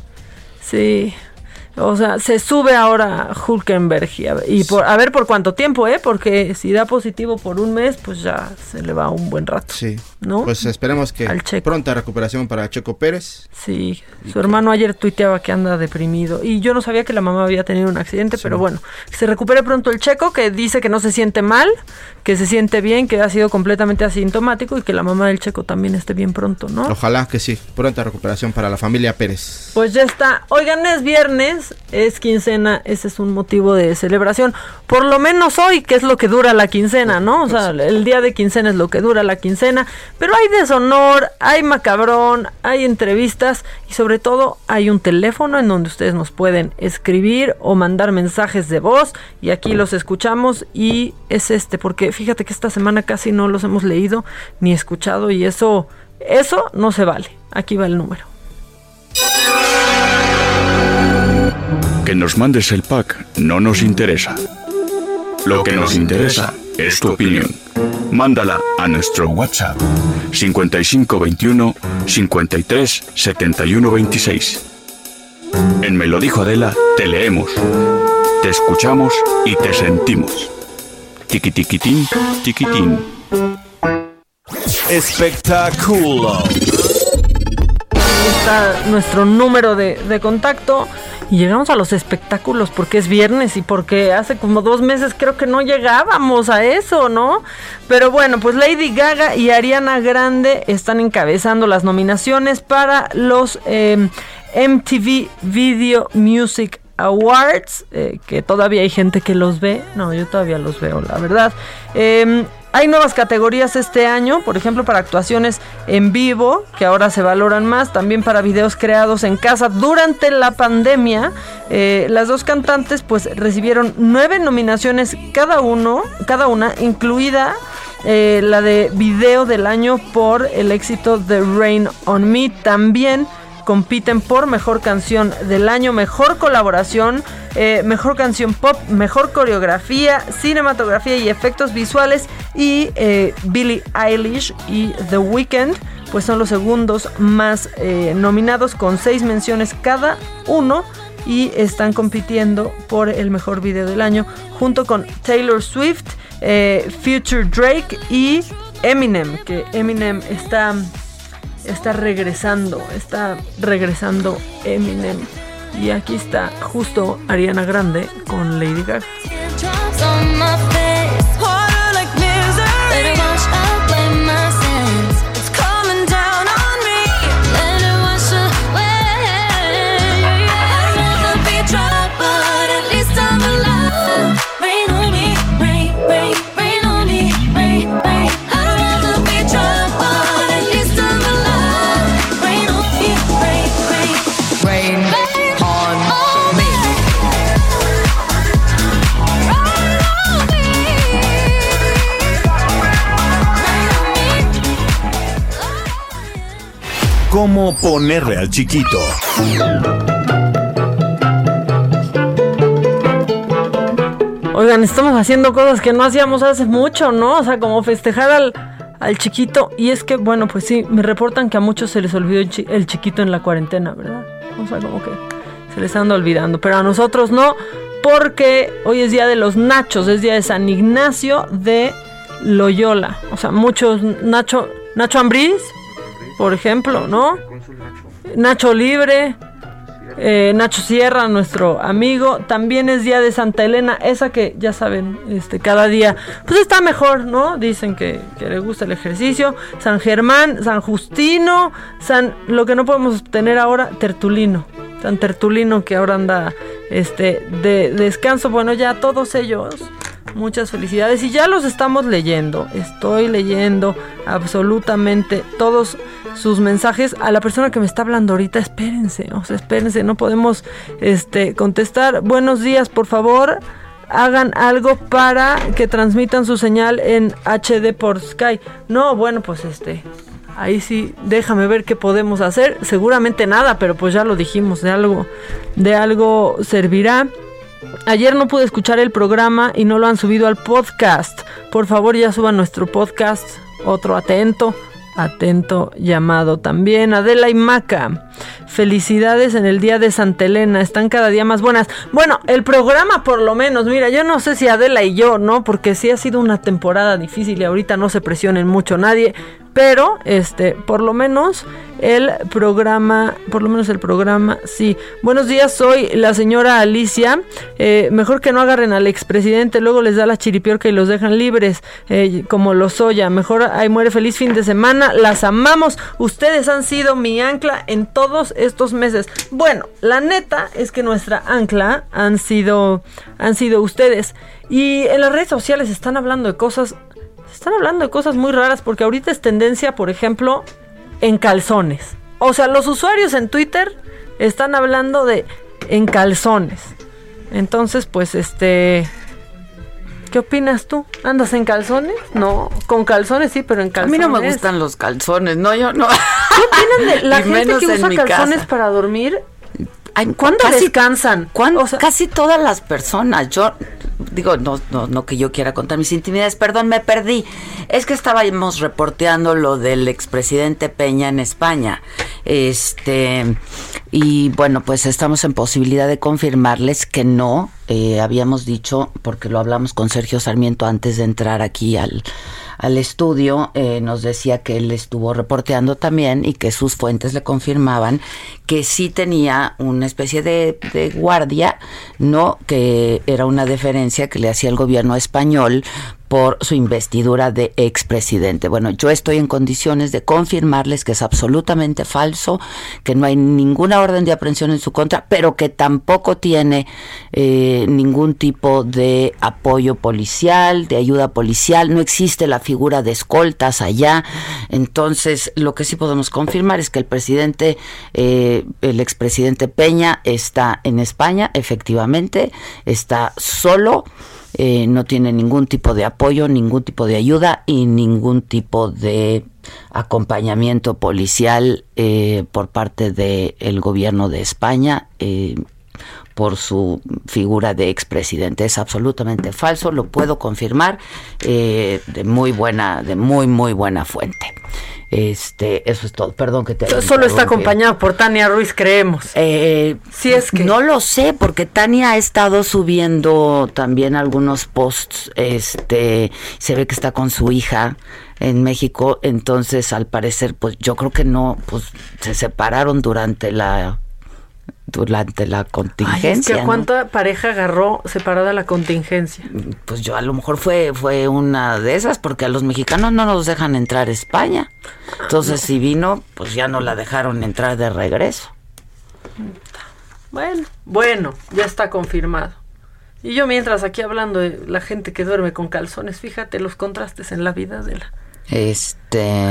Sí. O sea, se sube ahora Hülkenberg y, a, y por, a ver por cuánto tiempo, ¿eh? Porque si da positivo por un mes, pues ya se le va un buen rato. Sí. ¿No? Pues esperemos que pronta recuperación para Checo Pérez. Sí. Su que... hermano ayer tuiteaba que anda deprimido. Y yo no sabía que la mamá había tenido un accidente, sí. pero bueno, que se recupere pronto el Checo, que dice que no se siente mal, que se siente bien, que ha sido completamente asintomático y que la mamá del Checo también esté bien pronto, ¿no? Ojalá que sí. Pronta recuperación para la familia Pérez. Pues ya está. Oigan, es viernes. Es quincena, ese es un motivo de celebración, por lo menos hoy, que es lo que dura la quincena, ¿no? O sea, el día de quincena es lo que dura la quincena, pero hay deshonor, hay macabrón, hay entrevistas y sobre todo hay un teléfono en donde ustedes nos pueden escribir o mandar mensajes de voz y aquí los escuchamos y es este, porque fíjate que esta semana casi no los hemos leído ni escuchado y eso, eso no se vale. Aquí va el número. Que nos mandes el pack no nos interesa. Lo que nos interesa es tu opinión. Mándala a nuestro WhatsApp cincuenta y cinco veintiuno cincuenta y tres setenta y uno veintiséis. En Me lo dijo Adela te leemos, te escuchamos y te sentimos. Tiquitiquitín, tiquitín. Espectáculo. Está nuestro número de, de contacto. Y llegamos a los espectáculos porque es viernes y porque hace como dos meses creo que no llegábamos a eso, ¿no? Pero bueno, pues Lady Gaga y Ariana Grande están encabezando las nominaciones para los eh, M T V Video Music Awards, eh, que todavía hay gente que los ve. No, yo todavía los veo, la verdad. Eh, Hay nuevas categorías este año, por ejemplo, para actuaciones en vivo, que ahora se valoran más, también para videos creados en casa durante la pandemia. Eh, las dos cantantes pues recibieron nueve nominaciones cada uno, cada una, incluida eh, la de video del año por el éxito de Rain on Me. También compiten por mejor canción del año, mejor colaboración, eh, mejor canción pop, mejor coreografía, cinematografía y efectos visuales. Y eh, Billie Eilish y The Weeknd pues son los segundos más eh, nominados con seis menciones cada uno y están compitiendo por el mejor video del año junto con Taylor Swift, eh, Future Drake y Eminem, que Eminem está... Está regresando, está regresando Eminem. Y aquí está justo Ariana Grande con Lady Gaga. ¿Cómo ponerle al chiquito? Oigan, estamos haciendo cosas que no hacíamos hace mucho, ¿no? O sea, como festejar al, al chiquito. Y es que, bueno, pues sí, me reportan que a muchos se les olvidó el, chi- el chiquito en la cuarentena, ¿verdad? O sea, como que se les anda olvidando, pero a nosotros no, porque hoy es día de los nachos, es día de San Ignacio de Loyola. O sea, muchos, Nacho, Nacho Ambriz, por ejemplo, ¿no? Nacho Libre, eh, Nacho Sierra, nuestro amigo. También es día de Santa Elena, esa que ya saben, este, cada día pues está mejor, ¿no? Dicen que, que le gusta el ejercicio. San Germán, San Justino, San, lo que no podemos tener ahora, Tertulino. San Tertulino, que ahora anda este de, de descanso. Bueno, ya todos ellos, muchas felicidades. Y ya los estamos leyendo. Estoy leyendo absolutamente todos sus mensajes. A la persona que me está hablando ahorita, espérense, o sea, espérense, no podemos este contestar. Buenos días, por favor, hagan algo para que transmitan su señal en H D por Sky. No, bueno, pues este... ahí sí, déjame ver qué podemos hacer. Seguramente nada, pero pues ya lo dijimos, de algo, de algo servirá. Ayer no pude escuchar el programa y no lo han subido al podcast. Por favor, ya suban nuestro podcast. Otro atento, atento llamado también. Adela y Maca, felicidades en el día de Santa Elena, están cada día más buenas. Bueno, el programa por lo menos, mira, yo no sé si Adela y yo, ¿no? Porque sí ha sido una temporada difícil y ahorita no se presionen mucho nadie. Pero, este, por lo menos el programa, por lo menos el programa, sí. Buenos días, soy la señora Alicia. Eh, mejor que no agarren al expresidente, luego les da la chiripiorca y los dejan libres, eh, como Lozoya. Mejor ahí muere, feliz fin de semana, las amamos. Ustedes han sido mi ancla en todos estos meses. Bueno, la neta es que nuestra ancla han sido, han sido ustedes. Y en las redes sociales están hablando de cosas... Están hablando de cosas muy raras porque ahorita es tendencia, por ejemplo, en calzones. O sea, los usuarios en Twitter están hablando de en calzones. Entonces, pues, este... ¿qué opinas tú? ¿Andas en calzones? No, con calzones sí, pero en calzones. A mí no me gustan los calzones, no, yo no. ¿Qué opinan de la gente que usa calzones casa. para dormir? ¿Cuándo casi, descansan? ¿cuándo? O sea, casi todas las personas. Yo digo, no, no, no que yo quiera contar mis intimidades, perdón, me perdí. Es que estábamos reporteando lo del expresidente Peña en España. Este, y bueno, pues estamos en posibilidad de confirmarles que no. Eh, habíamos dicho, porque lo hablamos con Sergio Sarmiento antes de entrar aquí al al estudio, eh, nos decía que él estuvo reporteando también y que sus fuentes le confirmaban que sí tenía una especie de, de guardia, no, que era una deferencia que le hacía el gobierno español por su investidura de expresidente. Bueno, yo estoy en condiciones de confirmarles que es absolutamente falso, que no hay ninguna orden de aprehensión en su contra, pero que tampoco tiene eh, ningún tipo de apoyo policial, de ayuda policial, no existe la figura de escoltas allá. Entonces, lo que sí podemos confirmar es que el presidente, eh, el expresidente Peña está en España, efectivamente, está solo. Eh, no tiene ningún tipo de apoyo, ningún tipo de ayuda y ningún tipo de acompañamiento policial eh, por parte del gobierno de España eh, por su figura de expresidente. Es absolutamente falso, lo puedo confirmar eh, de muy buena, de muy muy buena fuente. Este, eso es todo. Perdón que te solo está acompañado por Tania Ruiz, creemos. Eh, si es que no lo sé, porque Tania ha estado subiendo también algunos posts. Este, se ve que está con su hija en México, entonces al parecer, pues yo creo que no, pues se separaron durante la durante la contingencia. Ay, es que ¿no? ¿Cuánta pareja agarró separada la contingencia? Pues yo a lo mejor fue fue una de esas, porque a los mexicanos no nos dejan entrar a España. Entonces no. Si vino, pues ya no la dejaron entrar de regreso. Bueno, bueno, ya está confirmado. Y yo mientras aquí hablando de la gente que duerme con calzones, fíjate los contrastes en la vida de la... Este...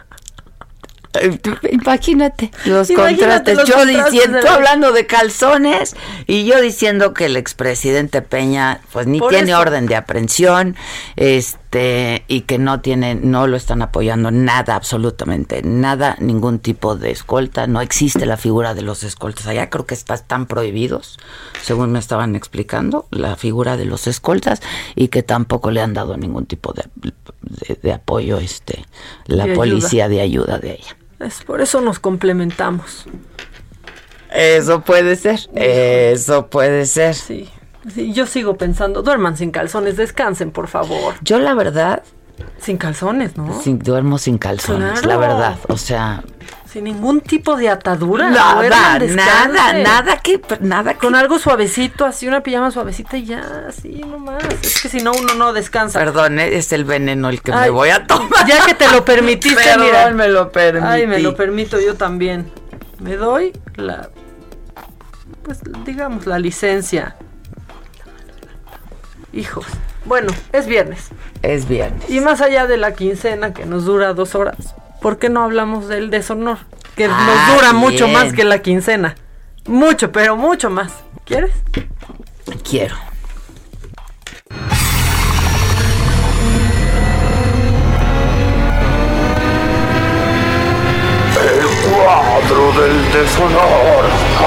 Imagínate los Imagínate contrastes, los yo contrastes diciendo, de tú la... hablando de calzones y yo diciendo que el expresidente Peña pues ni Por tiene eso. orden de aprehensión, este este y que no tienen, no lo están apoyando nada, absolutamente nada, ningún tipo de escolta, no existe la figura de los escoltas allá, creo que están prohibidos, según me estaban explicando, la figura de los escoltas, y que tampoco le han dado ningún tipo de, de, de apoyo, este, la de policía ayuda. de ayuda de ella. Es por eso nos complementamos. Eso puede ser, eso puede ser. Sí, sí, yo sigo pensando, duerman sin calzones, descansen, por favor. Yo la verdad... Sin calzones, ¿no? Sin, duermo sin calzones, claro. La verdad, o sea... Sin ningún tipo de atadura. Nada, duerman, nada, nada que... nada Con que... algo suavecito, así una pijama suavecita y ya, así nomás. Es que si no, uno no descansa. Perdón, es el veneno el que Ay, me voy a tomar. Ya que te lo permitiste, Perdón, mira. me lo permití. Ay, me lo permito yo también. Me doy la... pues digamos la licencia. Hijos. Bueno, es viernes. Es viernes. Y más allá de la quincena que nos dura dos horas, ¿por qué no hablamos del deshonor? Que ah, nos dura bien. mucho más que la quincena. Mucho, pero mucho más. ¿Quieres? Quiero. El cuadro del deshonor.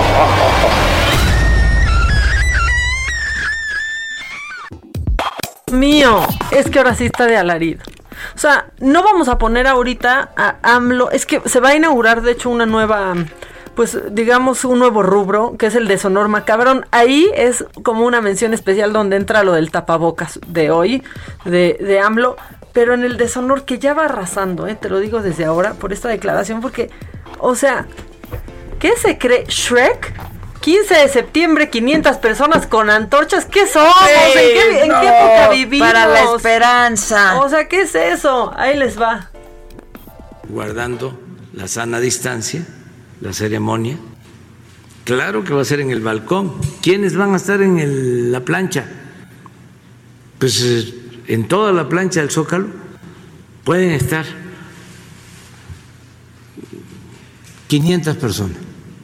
Mío, es que ahora sí está de alarido. O sea, no vamos a poner ahorita a AMLO, es que se va a inaugurar de hecho una nueva, pues digamos un nuevo rubro, que es el deshonor macabrón. Ahí es como una mención especial donde entra lo del tapabocas de hoy, de, de AMLO, pero en el deshonor que ya va arrasando, ¿eh? Te lo digo desde ahora por esta declaración, porque, o sea, ¿qué se cree Shrek? quince de septiembre, quinientas personas con antorchas. ¿Qué somos? Sí, ¿En, qué, ¿En no, qué época vivimos? Para la esperanza. O sea, ¿qué es eso? Ahí les va. Guardando la sana distancia, la ceremonia. Claro que va a ser en el balcón. ¿Quiénes van a estar en el, la plancha? Pues eh, en toda la plancha del Zócalo pueden estar quinientas personas.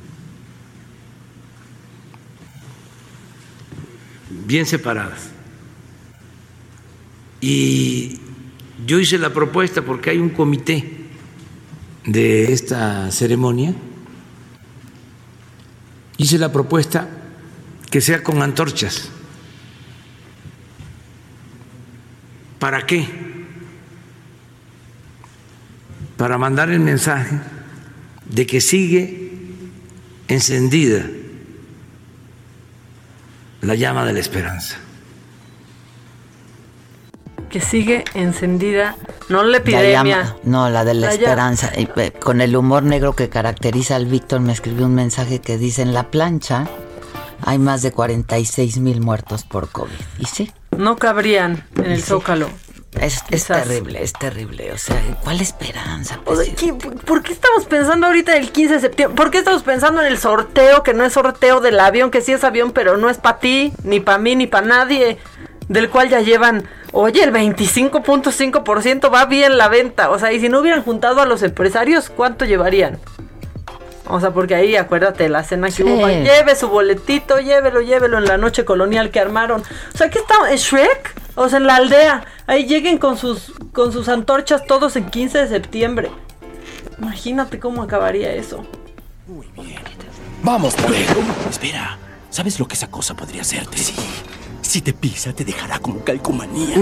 Bien separadas. Y yo hice la propuesta porque hay un comité de esta ceremonia. Hice la propuesta que sea con antorchas. ¿Para qué? Para mandar el mensaje de que sigue encendida la llama de la esperanza. Que sigue encendida, no la epidemia. La llama, no, la de la, la esperanza. Y, eh, con el humor negro que caracteriza al Víctor, me escribió un mensaje que dice: en la plancha hay más de cuarenta y seis mil muertos por COVID. ¿Y sí? No cabrían en el sí. Zócalo. Es, es terrible, es terrible. O sea, ¿cuál esperanza? O sea, ¿qué, ¿por qué estamos pensando ahorita en el quince de septiembre? ¿Por qué estamos pensando en el sorteo, que no es sorteo del avión, que sí es avión, pero no es para ti, ni para mí, ni para nadie? Del cual ya llevan, oye, el veinticinco punto cinco por ciento va bien la venta. O sea, y si no hubieran juntado a los empresarios, ¿cuánto llevarían? O sea, porque ahí, acuérdate, la cena que sí. hubo, lleve su boletito, llévelo, llévelo en la noche colonial que armaron. O sea, ¿qué está? ¿Es Shrek? O sea, en la aldea, ahí lleguen con sus con sus antorchas todos en quince de septiembre. Imagínate cómo acabaría eso. Muy bien. Vamos, pero espera, ¿sabes lo que esa cosa podría hacerte? Sí. Si te pisa, te dejará como calcomanía.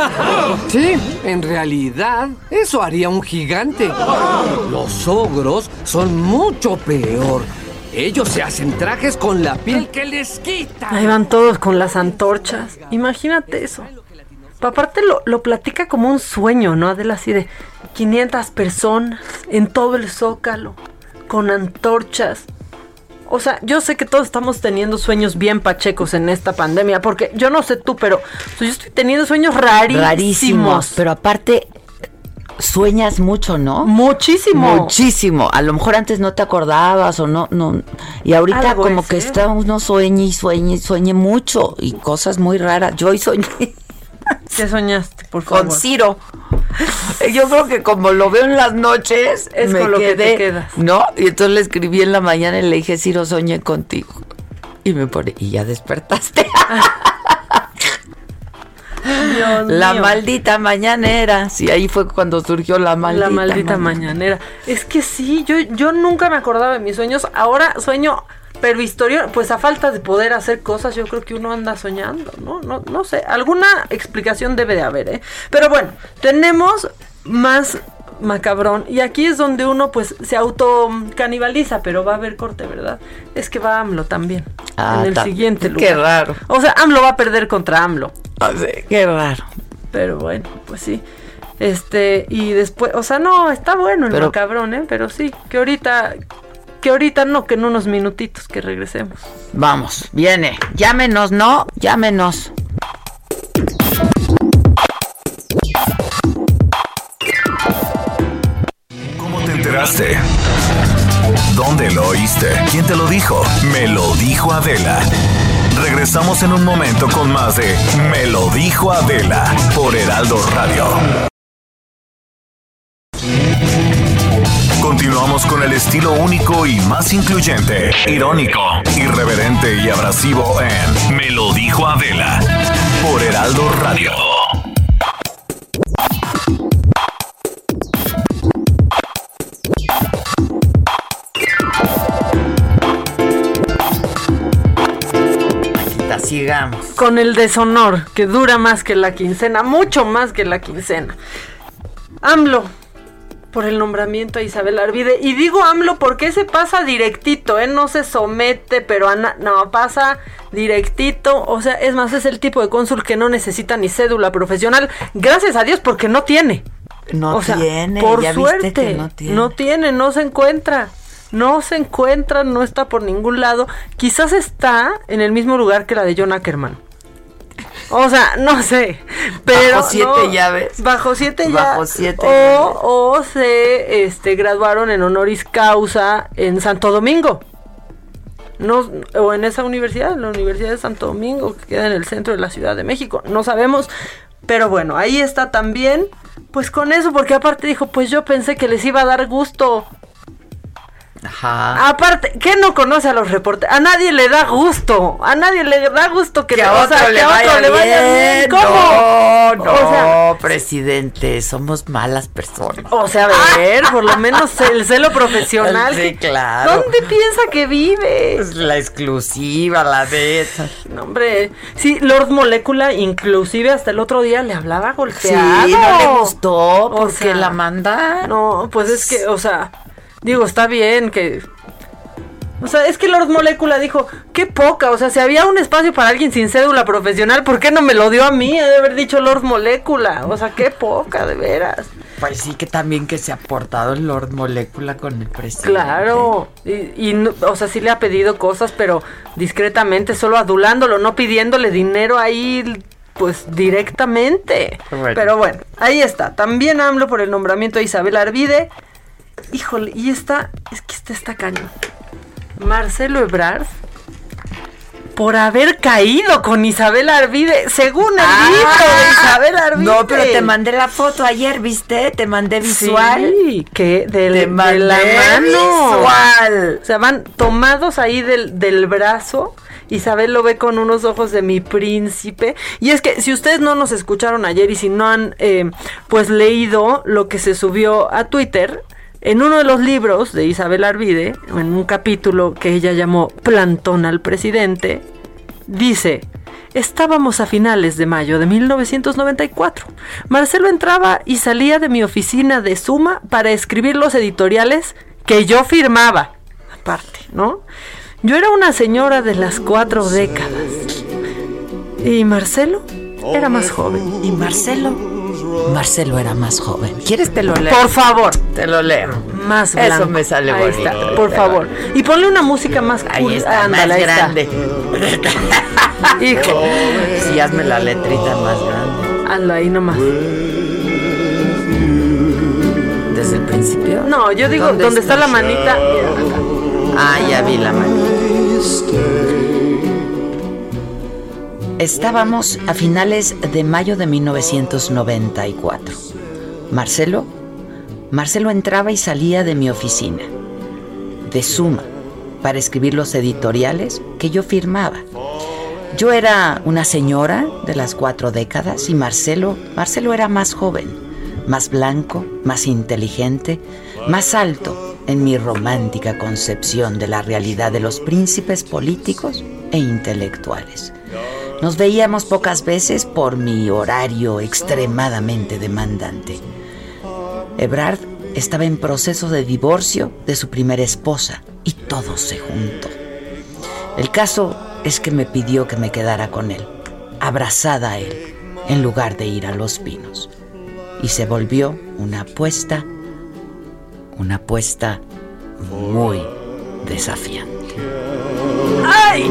Sí, en realidad, eso haría un gigante. Los ogros son mucho peor. Ellos se hacen trajes con la piel que les quita. Ahí van todos con las antorchas. Imagínate eso. Pero aparte lo, lo platica como un sueño, ¿no? Adela, así de quinientas personas en todo el Zócalo, con antorchas. O sea, yo sé que todos estamos teniendo sueños bien pachecos en esta pandemia, porque yo no sé tú, pero o sea, yo estoy teniendo sueños rarísimos. Rarísimos, pero aparte sueñas mucho, ¿no? Muchísimo. Muchísimo. A lo mejor antes no te acordabas o no, no. Y ahorita Algo como es, que ¿eh? está uno sueña y sueña y sueña mucho y cosas muy raras. Yo hoy soñé. ¿Qué soñaste, por favor? Con Ciro. Yo creo que como lo veo en las noches, es me con lo quedé, que te quedas. ¿no? Y entonces le escribí en la mañana y le dije: Ciro, soñé contigo. Y me pone, y ya despertaste. Dios la mío. maldita mañanera. Sí, ahí fue cuando surgió la maldita, La maldita mañanera. mañanera. Es que sí, yo, yo nunca me acordaba de mis sueños. Ahora sueño, pero historia, pues a falta de poder hacer cosas, yo creo que uno anda soñando, ¿no? No, no sé, alguna explicación debe de haber, ¿eh? Pero bueno, tenemos más macabrón. Y aquí es donde uno pues se auto canibaliza, pero va a haber corte, ¿verdad? Es que va AMLO también. Ah, en el ta- siguiente lugar. Qué raro. O sea, AMLO va a perder contra AMLO. O sea, qué raro. Pero bueno, pues sí. Este, y después, o sea, no, está bueno el Pero- macabrón, ¿eh? Pero sí, que ahorita, que ahorita no, que en unos minutitos que regresemos. Vamos, viene. Llámenos, ¿no? Llámenos. ¿Cómo te enteraste? ¿Dónde lo oíste? ¿Quién te lo dijo? Me lo dijo Adela. Regresamos en un momento con más de Me lo dijo Adela por Heraldo Radio. Continuamos con el estilo único y más incluyente, irónico, irreverente y abrasivo en Me lo dijo Adela por Heraldo Radio. Sigamos. Con el deshonor, que dura más que la quincena, mucho más que la quincena. AMLO, por el nombramiento a Isabel Arvide. Y digo AMLO porque se pasa directito, ¿eh? No se somete, pero a na- no, pasa directito. O sea, es más, es el tipo de cónsul que no necesita ni cédula profesional. Gracias a Dios, porque no tiene. No o sea, tiene, por ya suerte, viste que no tiene. no tiene, no se encuentra. No se encuentra, no está por ningún lado. Quizás está en el mismo lugar que la de John Ackerman. O sea, no sé. Pero bajo siete no, llaves. Bajo siete llaves. Bajo siete o, llaves. o se este, graduaron en honoris causa en Santo Domingo. No, o en esa universidad, en la Universidad de Santo Domingo, que queda en el centro de la Ciudad de México. No sabemos. Pero bueno, ahí está también. Pues con eso, porque aparte dijo, pues yo pensé que les iba a dar gusto. Ajá. Aparte, ¿qué no conoce a los reporteros? A nadie le da gusto. A nadie le da gusto que, Que le, a o otro sea, le que a otro vaya le vaya bien. bien. ¿Cómo? No, no, O sea, presidente, somos malas personas. o sea, a ver, por lo menos el celo profesional. Sí, claro. ¿Dónde piensa que vive? Es la exclusiva, la de esa. No, hombre, sí, Lord Molecula inclusive hasta el otro día le hablaba golpeado. Sí, no le gustó O porque sea, la manda. No, pues es que, o sea, digo, está bien que... O sea, es que Lord Molecula dijo, qué poca, o sea, si había un espacio para alguien sin cédula profesional, ¿por qué no me lo dio a mí? Ha de haber dicho Lord Molecula, o sea, qué poca, de veras. Pues sí, que también que se ha portado el Lord Molecula con el presidente. Claro, y, y no- o sea, sí le ha pedido cosas, pero discretamente, solo adulándolo, no pidiéndole dinero ahí, pues directamente. Bueno. Pero bueno, ahí está, también AMLO por el nombramiento de Isabel Arvide. Híjole, y esta, es que esta está cañón. Marcelo Ebrard por haber caído con Isabel Arvide, según el Ah, libro de Isabel Arvide. No, pero te mandé la foto ayer, ¿viste? Te mandé visual. Sí, que del, Te de mandé la mano. visual. O sea, van tomados ahí del, del brazo. Isabel lo ve con unos ojos de mi príncipe. Y es que si ustedes no nos escucharon ayer y si no han eh, pues leído lo que se subió a Twitter, en uno de los libros de Isabel Arvide, en un capítulo que ella llamó Plantón al presidente, dice: estábamos a finales de mayo de mil novecientos noventa y cuatro. Marcelo entraba y salía de mi oficina de Suma para escribir los editoriales que yo firmaba. Aparte, ¿no? Yo era una señora de las cuatro décadas. Y Marcelo era más joven. Y Marcelo, Marcelo era más joven. ¿Quieres te lo leo? Por favor. Te lo leo. Más blanco. Eso me sale Ahí bonito. está, por Te favor. lo- Y ponle una música más Ahí cool. está, Ándale, más ahí está. grande. Hijo. Sí, hazme la letrita más grande. Hazlo ahí nomás. ¿Desde el principio? No, yo digo, ¿dónde está la manita? Mira, acá. Ah, ya vi la manita. Estábamos a finales de mayo de mil novecientos noventa y cuatro. Marcelo, Marcelo entraba y salía de mi oficina, de Suma, para escribir los editoriales que yo firmaba. Yo era una señora de las cuatro décadas y Marcelo, Marcelo era más joven, más blanco, más inteligente, más alto en mi romántica concepción de la realidad de los príncipes políticos e intelectuales. Nos veíamos pocas veces por mi horario extremadamente demandante. Ebrard estaba en proceso de divorcio de su primera esposa y todo se juntó. El caso es que me pidió que me quedara con él, abrazada a él, en lugar de ir a Los Pinos. Y se volvió una apuesta, una apuesta muy desafiante. ¡Ay!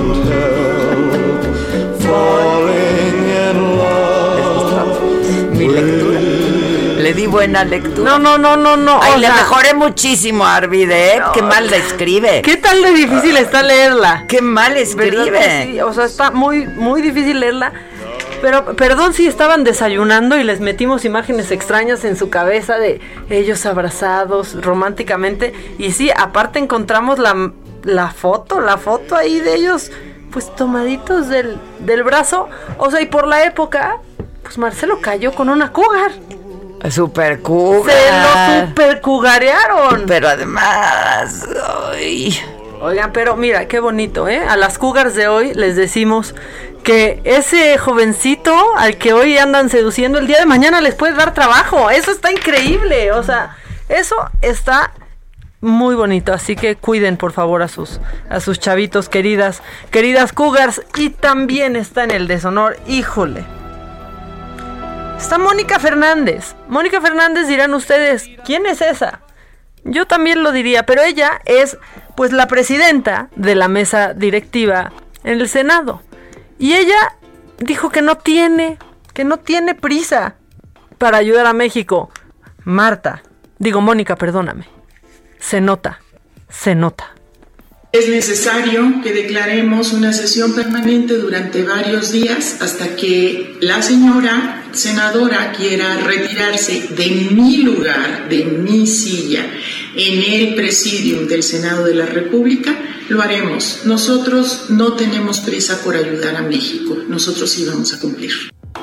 Mi lectura. Le di buena lectura. No, no, no, no, no. Ay, le sea, mejoré muchísimo a Arvide, ¿eh? No, qué mal la escribe. ¿Qué tal de difícil está leerla? Qué mal escribe. Sí, o sea, está muy, muy difícil leerla. Pero, perdón si estaban desayunando y les metimos imágenes extrañas en su cabeza de ellos abrazados románticamente. Y sí, aparte encontramos la, la foto, la foto ahí de ellos, pues tomaditos del, del brazo. O sea, y por la época, pues Marcelo cayó con una cougar. Super cougar. Se lo super cougarearon. Pero además, ay. Oigan, pero mira, qué bonito, ¿eh? A las cougars de hoy les decimos que ese jovencito al que hoy andan seduciendo, el día de mañana les puede dar trabajo. Eso está increíble. O sea, eso está muy bonito. Así que cuiden, por favor, a sus, a sus chavitos, queridas, queridas cougars. Y también está en el deshonor, híjole, está Mónica Fernández. Mónica Fernández, dirán ustedes, ¿quién es esa? Yo también lo diría, pero ella es pues la presidenta de la mesa directiva en el Senado. Y ella dijo que no tiene, que no tiene prisa para ayudar a México. Marta, digo Mónica, perdóname. Se nota, se nota. Es necesario que declaremos una sesión permanente durante varios días hasta que la señora senadora quiera retirarse de mi lugar, de mi silla, en el presidium del Senado de la República. Lo haremos. Nosotros no tenemos prisa por ayudar a México. Nosotros sí vamos a cumplir.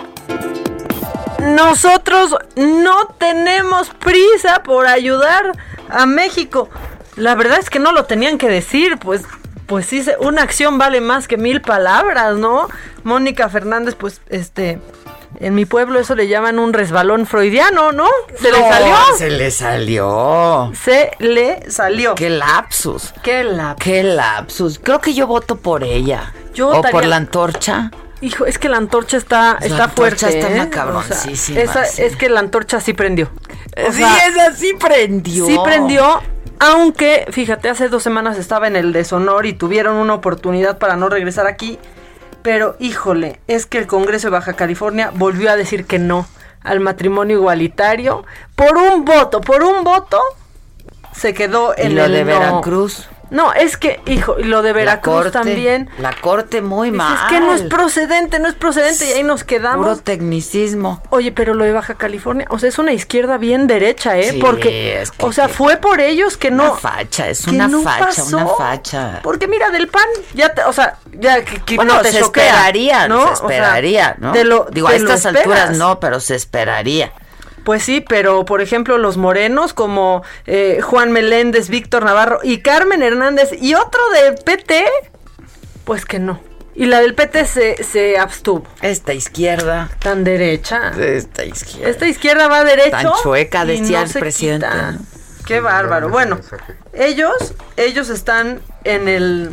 Nosotros no tenemos prisa por ayudar a México. La verdad es que no lo tenían que decir, pues, pues sí, una acción vale más que mil palabras, ¿no? Mónica Fernández, pues, este, en mi pueblo eso le llaman un resbalón freudiano, ¿no? Se no, le salió. Se le salió. Se le salió. Qué lapsus. Qué lapsus. Qué lapsus. Creo que yo voto por ella. Yo votaría... O por la antorcha. Hijo, es que la antorcha está, la está antorcha fuerte. Está ¿eh? macabroncísima. O sea, esa, sí. Es que la antorcha sí prendió. O sí, sea, esa sí prendió. Sí prendió. Aunque, fíjate, hace dos semanas estaba en el deshonor y tuvieron una oportunidad para no regresar aquí. Pero, híjole, es que el Congreso de Baja California volvió a decir que no al matrimonio igualitario. Por un voto, por un voto, se quedó en el... ¿Y lo el de no. Veracruz? No, es que, hijo, y lo de Veracruz la corte, también. La corte muy mal. Es que no es procedente, no es procedente y ahí nos quedamos. Puro tecnicismo. Oye, pero lo de Baja California, o sea, es una izquierda bien derecha, ¿eh? Sí, porque, es que, o sea, que, fue por ellos que no. Una facha, es una no facha, pasó, una facha. Porque mira, del P A N, ya, te, o sea, ya que, que bueno, no te se choquea, esperaría, ¿no? Se esperaría, o sea, ¿no? Te lo, Digo, te a estas lo alturas no, pero se esperaría. Pues sí, pero por ejemplo los morenos como eh, Juan Meléndez, Víctor Navarro y Carmen Hernández y otro de P T, pues que no. Y la del P T se, se abstuvo. Esta izquierda. Tan derecha. Esta izquierda. Esta izquierda va derecho. Tan chueca, decía no el presidente. Quita. Qué bárbaro. Bueno, ellos, ellos están en el,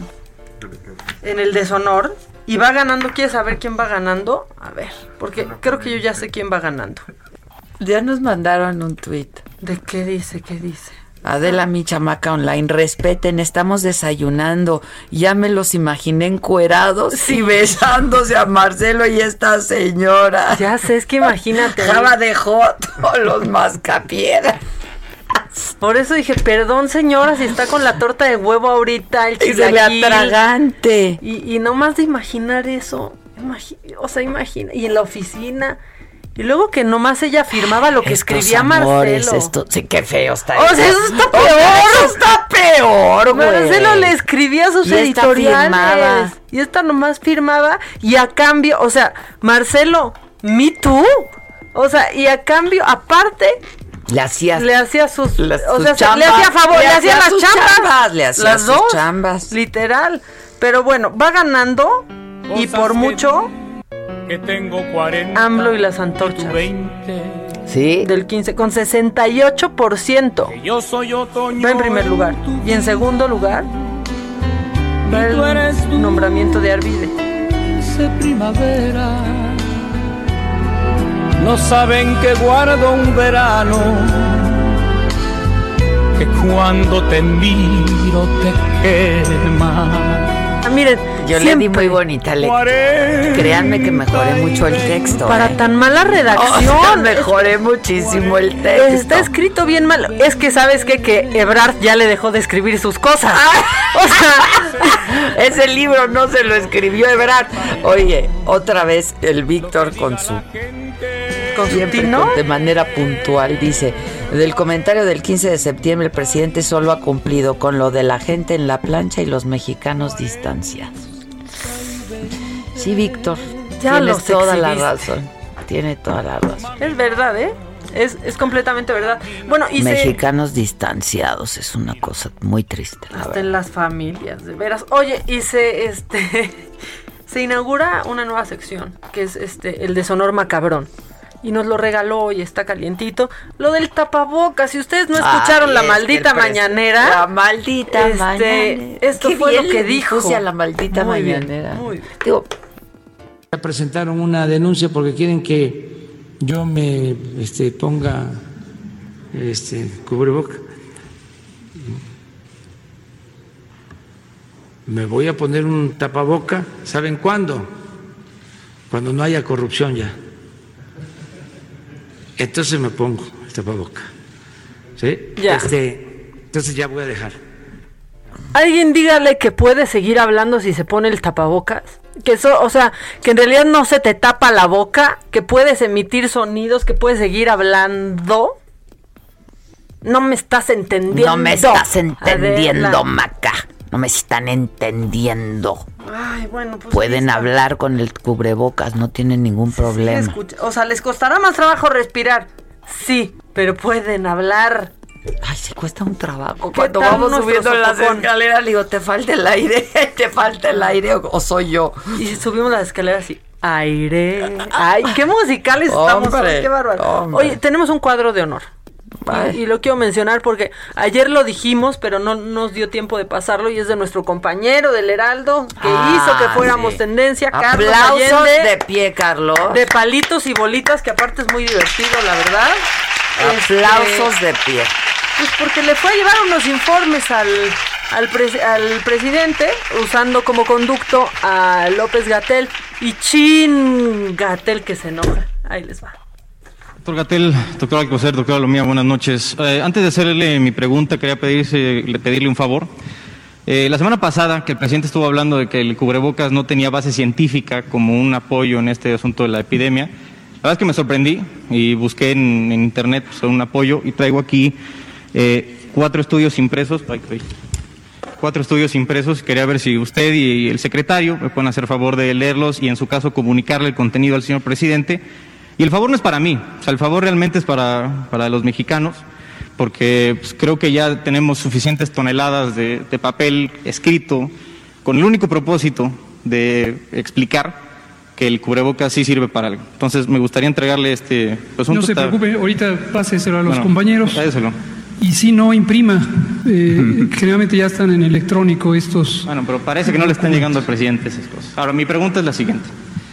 en el deshonor y va ganando. ¿Quieres saber quién va ganando? A ver, porque creo que yo ya sé quién va ganando. Ya nos mandaron un tuit. ¿De qué dice? ¿Qué dice? Adela, mi chamaca online, respeten, estamos desayunando. Ya me los imaginé encuerados sí. y besándose a Marcelo y esta señora. Ya sé, es que imagínate. Java de Joto, los mascapiedras. Por eso dije, perdón señora, si está con la torta de huevo ahorita, el chilaquil. Y se le atragante. Y, y nomás de imaginar eso, imagi- o sea, imagina, y en la oficina... Y luego que nomás ella firmaba lo que estos escribía amores, Marcelo. Esto, sí, qué feo está. O sea, eso está peor. O sea, eso está peor. peor, güey. Marcelo le escribía sus y editoriales. Esta firmaba. Y esta nomás firmaba. Y a cambio, o sea, Marcelo, ¿me too? O sea, y a cambio, aparte... Le hacía, le hacía sus, las, o sus sea, chambas, le hacía favor, le, le hacía, hacía las chambas, chambas, le hacía las sus dos, chambas, literal. Pero bueno, va ganando cosas y por mucho que tengo cuarenta, AMLO y las antorchas. veinte, sí, del quince con sesenta y ocho por ciento. Yo soy otoño. Va en primer lugar y en segundo lugar va el nombramiento de Arvide. Primavera. No saben que guardo un verano, que cuando te miro te quema. Ah, miren, yo siempre. le di muy bonita lectura. Créanme que mejoré mucho el texto. Para ¿eh? tan mala redacción. O sea, mejoré es, muchísimo el texto. Está escrito bien mal. Es que, ¿sabes qué? Que Ebrard ya le dejó de escribir sus cosas. O sea, ese libro no se lo escribió Ebrard. Oye, otra vez el Víctor con su... con su tino. De manera puntual dice, del comentario del quince de septiembre el presidente solo ha cumplido con lo de la gente en la plancha y los mexicanos distanciados. Sí, Víctor, ya tienes toda exhibiste. la razón. Tiene toda la razón. Es verdad, ¿eh? Es, es completamente verdad. Bueno, y mexicanos se... distanciados es una cosa muy triste. Hasta verdad. En las familias, de veras. Oye, y se este se inaugura una nueva sección que es este el deshonor macabrón. Y nos lo regaló y está calientito. Lo del tapabocas. Si ustedes no escucharon Ay, la maldita pres- mañanera. La maldita este, mañanera. Esto Qué fue bien lo que dijo. A la maldita muy mañanera. Bien, muy bien. Digo, presentaron una denuncia porque quieren que yo me este, ponga este, cubreboca. Me voy a poner un tapaboca. ¿Saben cuándo? Cuando no haya corrupción ya. Entonces me pongo el tapaboca. ¿Sí? Ya. Este, entonces ya voy a dejar. Alguien dígale que puede seguir hablando si se pone el tapabocas. Que eso, o sea, que en realidad no se te tapa la boca, que puedes emitir sonidos, que puedes seguir hablando. No me estás entendiendo. No me estás entendiendo, Adela. Maca. No me están entendiendo. Ay, bueno, pues pueden hablar con el cubrebocas, no tienen ningún problema. Sí, escucha, o sea, les costará más trabajo respirar. Sí, pero pueden hablar. Ay, se cuesta un trabajo. Cuando vamos subiendo las escaleras, le digo, te falta el aire, te falta el aire, o, o soy yo. Y subimos las escaleras y aire. Ay, qué musicales estamos, hombre, qué bárbaro. Hombre. Oye, tenemos un cuadro de honor. Y, y lo quiero mencionar porque ayer lo dijimos, pero no nos dio tiempo de pasarlo, y es de nuestro compañero del Heraldo, que ah, hizo que fuéramos sí. tendencia, Carlos Aplausos Allende, de pie, Carlos. De palitos y bolitas, que aparte es muy divertido, la verdad. Aplausos este, de pie. Pues porque le fue a llevar unos informes al, al, pre, al presidente, usando como conducto a López-Gatell, y chin, Gatell que se enoja. Ahí les va. Doctor Gatell, doctor Alcocer, doctora Lomía, buenas noches. Eh, antes de hacerle mi pregunta, quería pedirse, pedirle un favor. Eh, la semana pasada, que el presidente estuvo hablando de que el cubrebocas no tenía base científica como un apoyo en este asunto de la epidemia, la verdad es que me sorprendí y busqué en, en internet pues, un apoyo, y traigo aquí eh, cuatro estudios impresos. Ay, ay, cuatro estudios impresos. Quería ver si usted y el secretario me pueden hacer favor de leerlos y, en su caso, comunicarle el contenido al señor presidente. Y el favor no es para mí, o sea, el favor realmente es para, para los mexicanos, porque pues, creo que ya tenemos suficientes toneladas de, de papel escrito con el único propósito de explicar que el cubrebocas sí sirve para algo. Entonces me gustaría entregarle este... Pues, un no se total... preocupe, ahorita páseselo a los bueno, compañeros. Páseselo. Y si no, imprima. Eh, generalmente ya están en electrónico estos... Bueno, pero parece que no le están llegando al presidente esas cosas. Ahora, mi pregunta es la siguiente.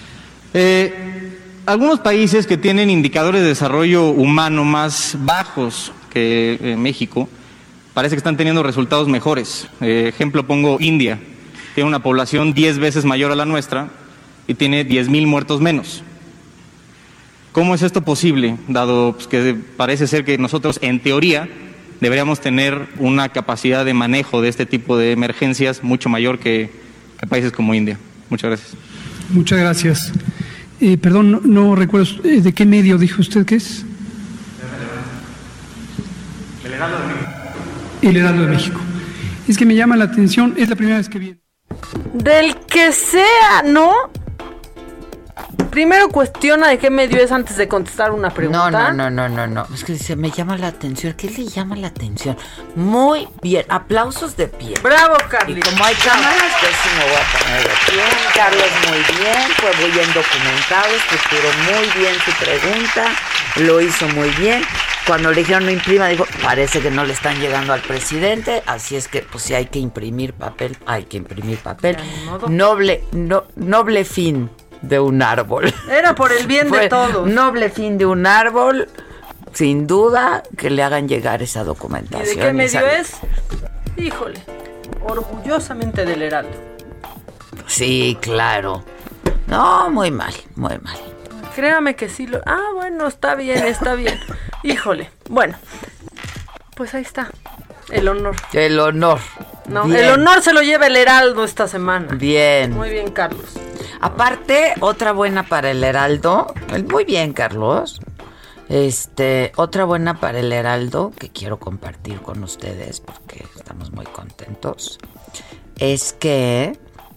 Eh... Algunos países que tienen indicadores de desarrollo humano más bajos que eh, México, parece que están teniendo resultados mejores. Eh, ejemplo pongo India, tiene una población diez veces mayor a la nuestra y tiene diez mil muertos menos. ¿Cómo es esto posible, dado pues, que parece ser que nosotros, en teoría, deberíamos tener una capacidad de manejo de este tipo de emergencias mucho mayor que, que países como India? Muchas gracias. Muchas gracias. Eh, perdón, no, no recuerdo, eh, ¿de qué medio dijo usted que es? El Heraldo de México. El Heraldo de México. Es que me llama la atención, es la primera vez que viene. Del que sea, ¿no? Primero cuestiona de qué medio es antes de contestar una pregunta. No, no, no, no, no, no. Es que dice, me llama la atención. ¿Qué le llama la atención? Muy bien. Aplausos de pie. Bravo, Carly. Y como hay cámaras, pues sí me voy a poner de pie. Carlos, muy bien. Fue muy bien documentado. Estructuró muy bien su pregunta. Lo hizo muy bien. Cuando le dijeron no imprima, dijo, parece que no le están llegando al presidente. Así es que, pues si hay que imprimir papel, hay que imprimir papel. Noble, no, noble fin de un árbol. Era por el bien de todos. Noble fin de un árbol, sin duda, que le hagan llegar esa documentación. ¿Y de qué medio es? Híjole, orgullosamente del Heraldo. Sí, claro. No, muy mal, muy mal. Créame que sí lo... Ah, bueno, está bien, está bien. Híjole, bueno, pues ahí está, el honor. El honor. No, bien. El honor se lo lleva el Heraldo esta semana. Bien. Muy bien, Carlos. Aparte, otra buena para el Heraldo. Muy bien, Carlos. Este, otra buena para el Heraldo que quiero compartir con ustedes porque estamos muy contentos. Es que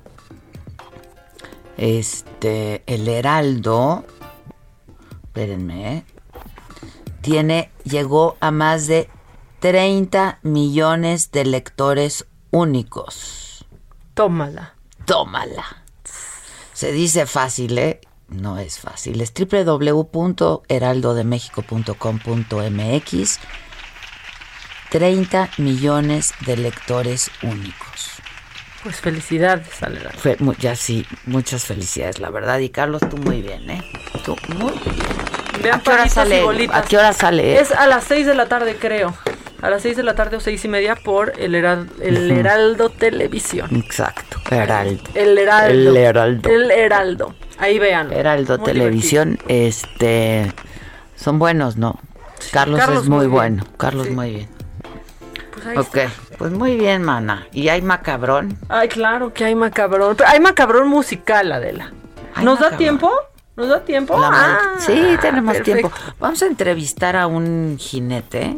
este, el Heraldo, espérenme, ¿eh? tiene, llegó a más de treinta millones de lectores únicos. Tómala. Tómala. Se dice fácil, ¿eh? No es fácil. Es doble u doble u doble u punto heraldo de méxico punto com punto m x. treinta millones de lectores únicos. Pues felicidades al Heraldo. Fue, ya sí, muchas felicidades, la verdad. Y Carlos, tú muy bien, ¿eh? Tú muy bien. Vean, ¿A qué hora sale? ¿A qué hora sale? Es a las seis de la tarde, creo. A las seis de la tarde o seis y media por el Heraldo, el uh-huh. Heraldo Televisión. Exacto, Heraldo. El Heraldo. El Heraldo. El Heraldo. Ahí vean. Heraldo muy Televisión, divertido. este, son buenos, ¿no? Sí, Carlos, Carlos es muy, muy bueno. Carlos sí. muy bien. Pues ahí ok, está. Pues muy bien, mana. ¿Y hay macabrón? Ay, claro que hay macabrón. Pero hay macabrón musical, Adela. ¿Nos macabrón. da tiempo? ¿Nos da tiempo? La ah, sí, tenemos perfecto. tiempo. Vamos a entrevistar a un jinete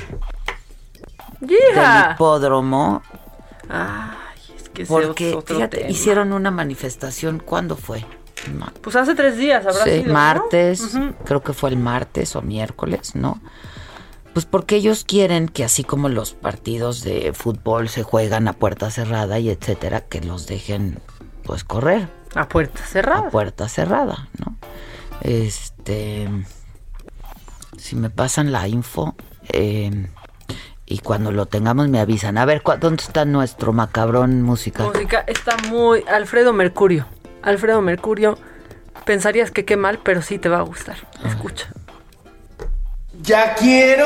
yeah. del hipódromo. Ay, es que porque es otro fíjate, tema. Hicieron una manifestación. ¿Cuándo fue? Pues hace tres días, habrá sí, sido, martes, ¿no? Uh-huh. Creo que fue el martes o miércoles, ¿no? Pues porque ellos quieren que así como los partidos de fútbol se juegan a puerta cerrada y etcétera, que los dejen pues correr. A puerta cerrada. A puerta cerrada, ¿no? Este, si me pasan la info eh, y cuando lo tengamos me avisan. A ver, ¿dónde está nuestro macabrón musical? Música está muy... Alfredo Mercurio. Alfredo Mercurio. Pensarías que qué mal, pero sí te va a gustar. A Escucha. Ya quiero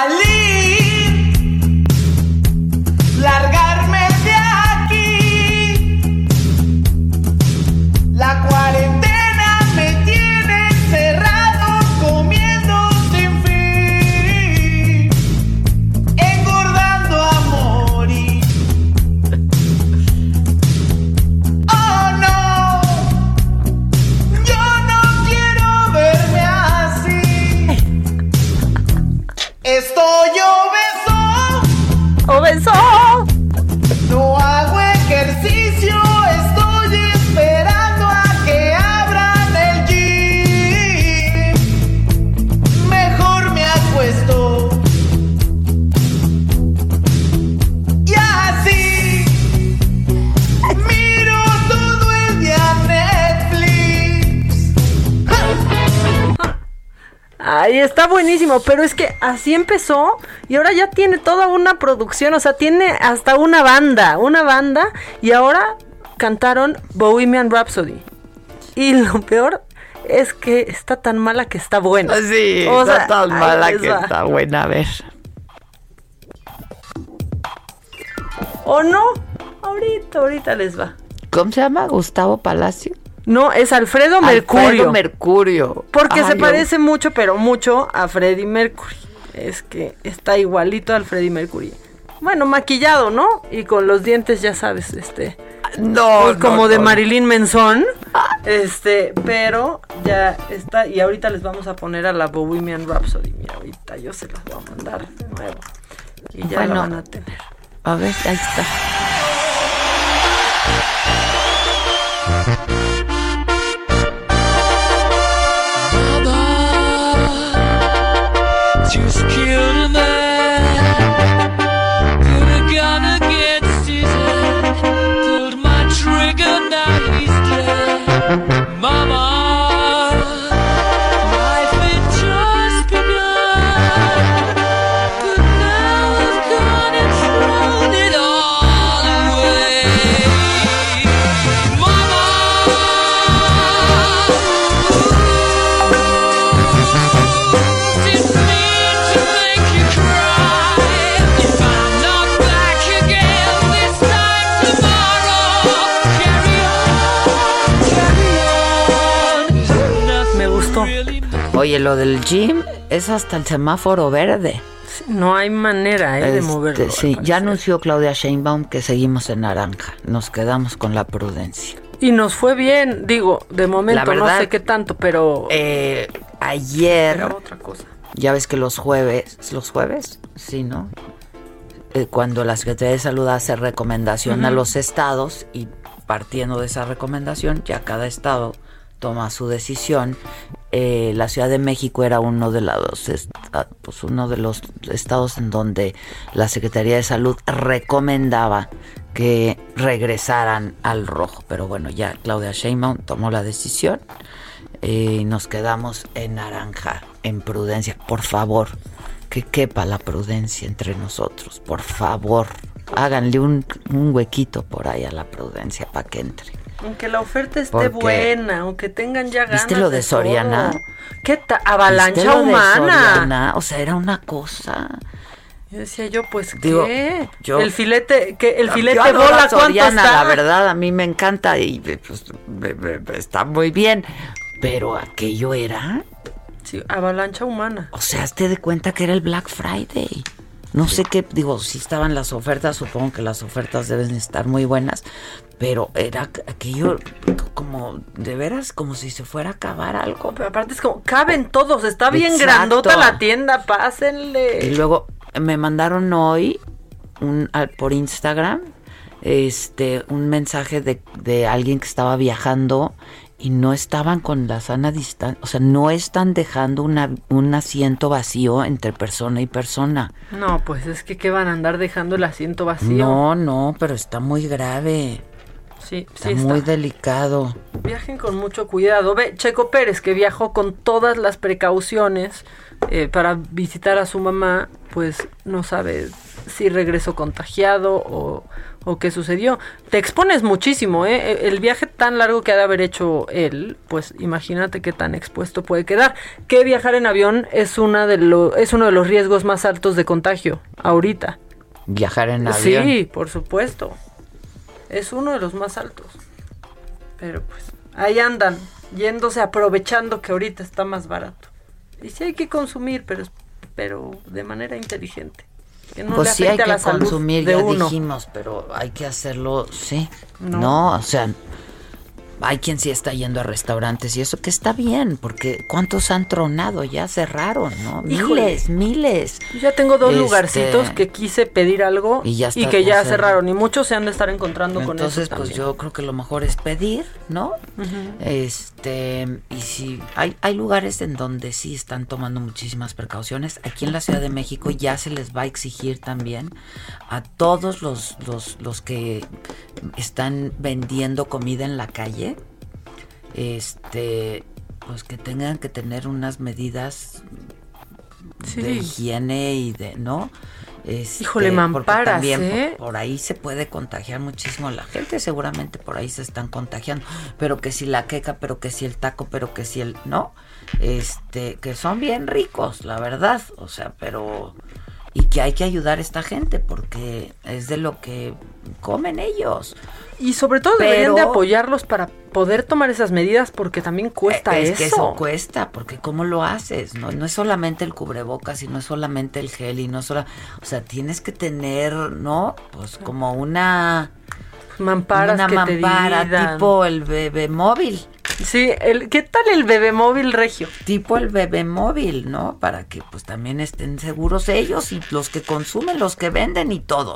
salir, largarme de aquí. La cuarentena me tiene encerrado, comiendo sin fin, engordando a morir. Oh no, yo no quiero verme así. Estoy obeso. Obeso. No hago ejercicio, estoy esperando a que abran el gym. Mejor me acuesto. Y así miro todo el día Netflix. Ay, está buenísimo, pero es que así empezó y ahora ya tiene toda una producción, o sea, tiene hasta una banda, una banda, y ahora cantaron Bohemian Rhapsody. Y lo peor es que está tan mala que está buena. Sí, o está sea, tan mala que va. Está buena, a ver. ¿O no? Ahorita, ahorita les va. ¿Cómo se llama? ¿Gustavo Palacio? No, es Alfredo Mercurio. Alfredo Mercurio. Porque Ay, se parece yo... mucho, pero mucho a Freddie Mercury. Es que está igualito al Freddie Mercury. Bueno, maquillado, ¿no? Y con los dientes, ya sabes, este... No, pues como no, de no. Marilyn Manson. Este, pero ya está. Y ahorita les vamos a poner a la Bohemian Rhapsody. Mira, ahorita yo se las voy a mandar de nuevo. Y ya bueno, la van a tener. A ver, ahí está. Just killed a man, put a gun against his head, pulled my trigger, now he's dead. Mama, life had just begun, but now I've gone and thrown it all away. Mama, didn't mean to make you cry. If I'm not back again this time tomorrow, carry on, carry on. There's nothing Me gustó. really Oye, lo del gym es hasta el semáforo verde. No hay manera, ¿eh? de Este, moverlo. sí, ya anunció Claudia Sheinbaum que seguimos en naranja. Nos quedamos con la prudencia. Y nos fue bien, digo, de momento La verdad, no sé qué tanto, pero Eh, ayer, era otra cosa. ya ves que los jueves, ¿los jueves? Sí, ¿no? Eh, cuando la Secretaría de Salud hace recomendación Ujú. a los estados y partiendo de esa recomendación, ya cada estado toma su decisión. Eh, la Ciudad de México era uno de los est- pues uno de los estados en donde la Secretaría de Salud recomendaba que regresaran al rojo, pero bueno, ya Claudia Sheinbaum tomó la decisión y nos quedamos en naranja, en prudencia. Por favor, que quepa la prudencia entre nosotros, por favor, háganle un, un huequito por ahí a la prudencia para que entre. Aunque la oferta esté Porque- buena, aunque tengan ya ganas. ¿Viste lo de Soriana? todo. ¿Qué ta- avalancha ¿Viste lo de humana? Soriana? O sea, era una cosa. Yo decía yo, pues, Digo, ¿qué? yo- el filete, que el Yo filete adoro bola, a ¿cuánto Soriana, está? la verdad, a mí me encanta y pues, me- me- me está muy bien. Pero aquello era, Sí, avalancha humana. o sea, hazte de cuenta que era el Black Friday. No sé qué, digo, si estaban las ofertas, supongo que las ofertas deben estar muy buenas, pero era aquello como, de veras, como si se fuera a acabar algo. Pero aparte es como, caben todos, está bien Exacto. grandota la tienda, pásenle. Y luego me mandaron hoy un, al- por Instagram este un mensaje de, de alguien que estaba viajando y no estaban con la sana distancia, o sea, no están dejando una, un asiento vacío entre persona y persona. No, pues es que ¿qué van a andar dejando el asiento vacío? No, no, pero está muy grave. Sí, Está sí muy está. delicado. Viajen con mucho cuidado. Ve, Checo Pérez, que viajó con todas las precauciones eh, para visitar a su mamá, pues no sabe si regresó contagiado o, o qué sucedió. Te expones muchísimo, ¿eh? El viaje tan largo que ha de haber hecho él, pues imagínate qué tan expuesto puede quedar. Que viajar en avión es, una de lo, es uno de los riesgos más altos de contagio ahorita. Viajar en avión. Sí, por supuesto. Es uno de los más altos. Pero pues ahí andan, yéndose, aprovechando que ahorita está más barato. Y sí hay que consumir, pero, pero de manera inteligente. Que no Pues le sí hay afecte que a la salud consumir, de ya uno. dijimos, pero hay que hacerlo, sí. No. No, o sea, hay quien sí está yendo a restaurantes y eso que está bien, porque ¿cuántos han tronado? Ya cerraron, ¿no? Híjole. Miles, miles. Yo ya tengo dos Este, lugarcitos que quise pedir algo y, ya y está- que ya cerró. cerraron. Y muchos se han de estar encontrando con eso Entonces, pues también. yo creo que lo mejor es pedir, ¿no? Ujú. Este, y si hay, hay lugares en donde sí están tomando muchísimas precauciones. Aquí en la Ciudad de México ya se les va a exigir también a todos los, los, los que están vendiendo comida en la calle, este, pues que tengan que tener unas medidas Sí. de higiene y de, ¿no? Este, Híjole, porque mamparas, también ¿eh? por, por ahí se puede contagiar muchísimo la gente, seguramente por ahí se están contagiando, pero que si la queca, pero que si el taco, pero que si el, ¿no? Este, que son bien ricos, la verdad, o sea, pero y que hay que ayudar a esta gente porque es de lo que comen ellos. Y sobre todo Pero- deberían de apoyarlos para poder tomar esas medidas porque también cuesta es eso. que eso cuesta, porque ¿cómo lo haces? No, no es solamente el cubrebocas y no es solamente el gel y no solo, o sea, tienes que tener, ¿no? Pues como una Mamparas una que te mampara dividan. tipo el bebé móvil. Sí, el, ¿qué tal el bebé móvil regio? Tipo el bebé móvil, ¿no? Para que pues también estén seguros ellos y los que consumen, los que venden y todos.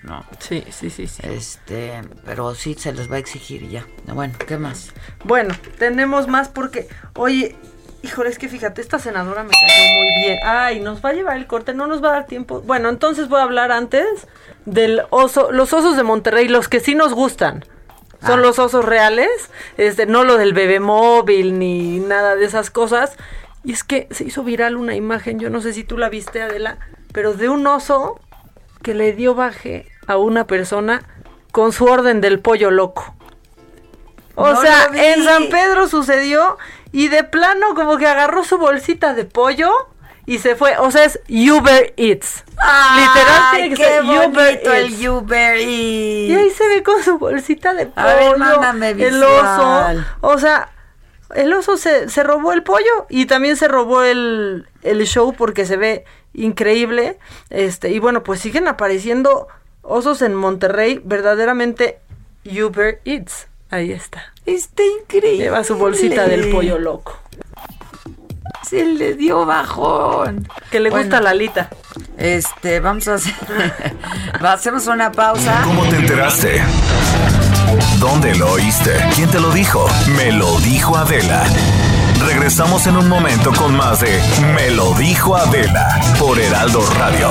¿no? Sí, sí, sí, sí. Este, pero sí se les va a exigir ya. Bueno, ¿qué más? Bueno, tenemos más porque, oye, híjole, es que fíjate, esta senadora me cayó muy bien. Ay, nos va a llevar el corte, no nos va a dar tiempo. Bueno, entonces voy a hablar antes del oso, los osos de Monterrey, los que sí nos gustan. Son ah. los osos reales, este, no lo del bebé móvil ni nada de esas cosas. Y es que se hizo viral una imagen, yo no sé si tú la viste, Adela, pero de un oso que le dio baje a una persona con su orden del pollo loco. O no sea, en San Pedro sucedió y de plano como que agarró su bolsita de pollo y se fue. O sea, es Uber Eats. ¡Ay, literal tiene que qué ser Uber bonito Eats! el Uber Eats! Y ahí se ve con su bolsita de pollo. A ver, mándame el visual. oso. O sea, el oso se, se robó el pollo y también se robó el, el show porque se ve increíble. Este, y bueno, pues siguen apareciendo osos en Monterrey, verdaderamente Uber Eats. Ahí está. Está increíble. Lleva su bolsita del pollo loco. Se le dio bajón. Que le Bueno, gusta Lalita. Este, vamos a hacer... Hacemos una pausa. ¿Cómo te enteraste? ¿Dónde lo oíste? ¿Quién te lo dijo? Me lo dijo Adela. Regresamos en un momento con más de Me lo dijo Adela por Heraldo Radio.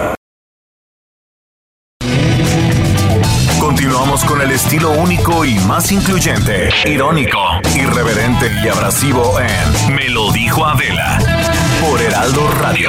Continuamos con el estilo único y más incluyente, irónico, irreverente y abrasivo en Me lo dijo Adela por Heraldo Radio.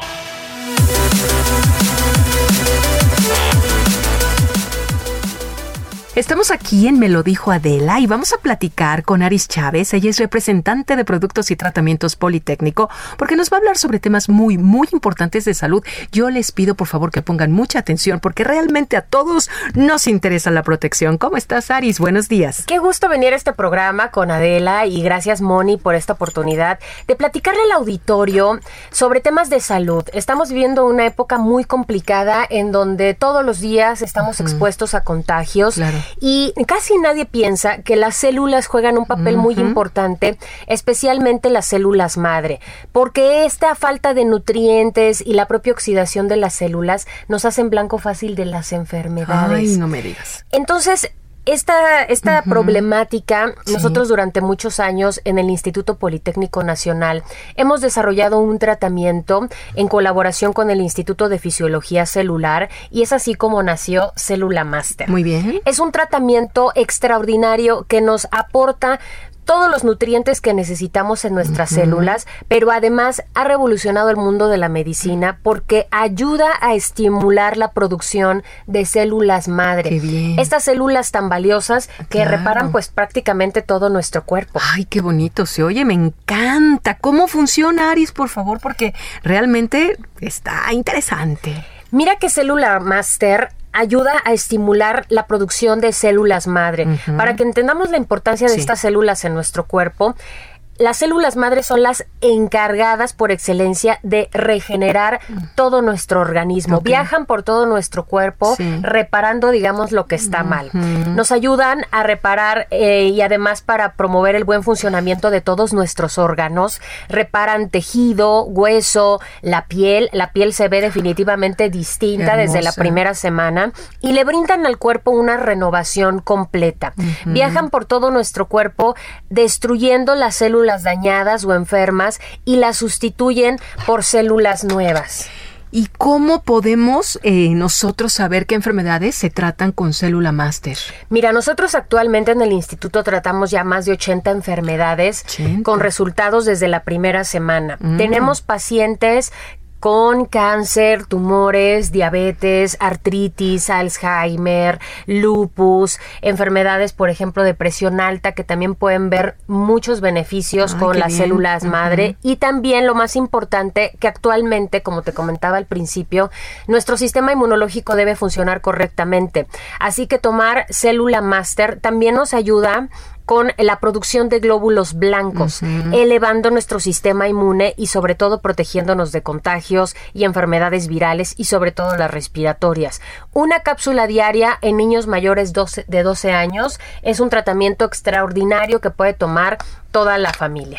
Estamos aquí en Me lo dijo Adela y vamos a platicar con Aris Chávez. Ella es representante de Productos y Tratamientos Politécnico porque nos va a hablar sobre temas muy, muy importantes de salud. Yo les pido por favor que pongan mucha atención porque realmente a todos nos interesa la protección. ¿Cómo estás, Aris? Buenos días. Qué gusto venir a este programa con Adela y gracias, Moni, por esta oportunidad de platicarle al auditorio sobre temas de salud. Estamos viviendo una época muy complicada en donde todos los días estamos uh-huh. expuestos a contagios. Claro. Y casi nadie piensa que las células juegan un papel uh-huh. muy importante, especialmente las células madre, porque esta falta de nutrientes y la propia oxidación de las células nos hacen blanco fácil de las enfermedades. Ay, no me digas. Entonces, Esta, esta uh-huh. problemática, sí. nosotros durante muchos años en el Instituto Politécnico Nacional hemos desarrollado un tratamiento en colaboración con el Instituto de Fisiología Celular y es así como nació Célula Master. Muy bien. Es un tratamiento extraordinario que nos aporta todos los nutrientes que necesitamos en nuestras uh-huh. células, pero además ha revolucionado el mundo de la medicina porque ayuda a estimular la producción de células madre. Qué bien. Estas células tan valiosas que claro. reparan pues prácticamente todo nuestro cuerpo. Ay, qué bonito se oye, me encanta. ¿Cómo funciona, Aris, por favor? Porque realmente está interesante. Mira que Célula Master ayuda a estimular la producción de células madre. Uh-huh. Para que entendamos la importancia de sí. estas células en nuestro cuerpo, las células madre son las encargadas por excelencia de regenerar todo nuestro organismo. Okay. Viajan por todo nuestro cuerpo, sí. reparando, digamos, lo que está uh-huh. mal. Nos ayudan a reparar eh, y además para promover el buen funcionamiento de todos nuestros órganos. Reparan tejido, hueso, la piel. La piel se ve definitivamente distinta desde la primera semana y le brindan al cuerpo una renovación completa. Uh-huh. Viajan por todo nuestro cuerpo destruyendo las células dañadas o enfermas y las sustituyen por células nuevas. ¿Y cómo podemos eh, nosotros saber qué enfermedades se tratan con Célula Master? Mira, nosotros actualmente en el instituto tratamos ya más de ochenta enfermedades ochenta. Con resultados desde la primera semana. Mm. Tenemos pacientes con cáncer, tumores, diabetes, artritis, Alzheimer, lupus, enfermedades, por ejemplo, de presión alta, que también pueden ver muchos beneficios Ay, con las bien. Células uh-huh. madre. Y también lo más importante, que actualmente, como te comentaba al principio, nuestro sistema inmunológico debe funcionar correctamente. Así que tomar Célula Master también nos ayuda con la producción de glóbulos blancos, uh-huh. elevando nuestro sistema inmune y sobre todo protegiéndonos de contagios y enfermedades virales y sobre todo las respiratorias. Una cápsula diaria en niños mayores de doce años es un tratamiento extraordinario que puede tomar toda la familia.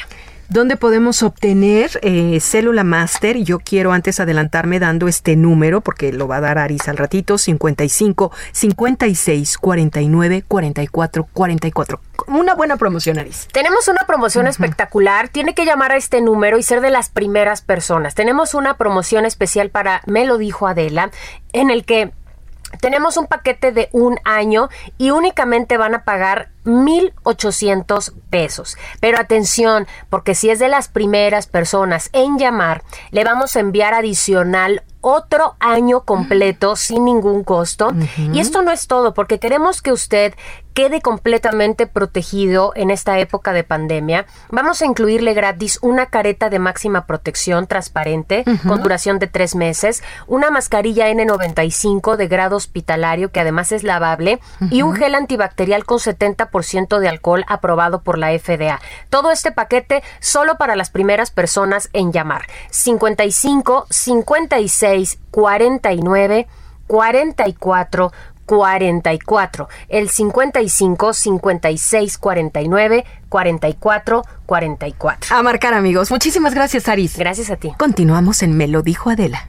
¿Dónde podemos obtener eh, Célula Master? Y yo quiero antes adelantarme dando este número, porque lo va a dar Aris al ratito, cincuenta y cinco, cincuenta y seis, cuarenta y nueve, cuarenta y cuatro, cuarenta y cuatro. Una buena promoción, Aris. Tenemos una promoción uh-huh. espectacular. Tiene que llamar a este número y ser de las primeras personas. Tenemos una promoción especial para Me lo dijo Adela, en el que tenemos un paquete de un año y únicamente van a pagar mil ochocientos pesos. Pero atención, porque si es de las primeras personas en llamar, le vamos a enviar adicional otro año completo sin ningún costo. Uh-huh. Y esto no es todo, porque queremos que usted quede completamente protegido en esta época de pandemia. Vamos a incluirle gratis una careta de máxima protección transparente uh-huh. con duración de tres meses, una mascarilla ene noventa y cinco de grado hospitalario que además es lavable uh-huh. y un gel antibacterial con setenta por ciento de alcohol aprobado por la F D A. Todo este paquete solo para las primeras personas en llamar. cincuenta y cinco, cincuenta y seis, cuarenta y nueve, cuarenta y cuatro, cuarenta y cuatro. El cincuenta y cinco, cincuenta y seis, cuarenta y nueve, cuarenta y cuatro, cuarenta y cuatro. A marcar, amigos. Muchísimas gracias, Aris. Gracias a ti. Continuamos en Me lo dijo Adela.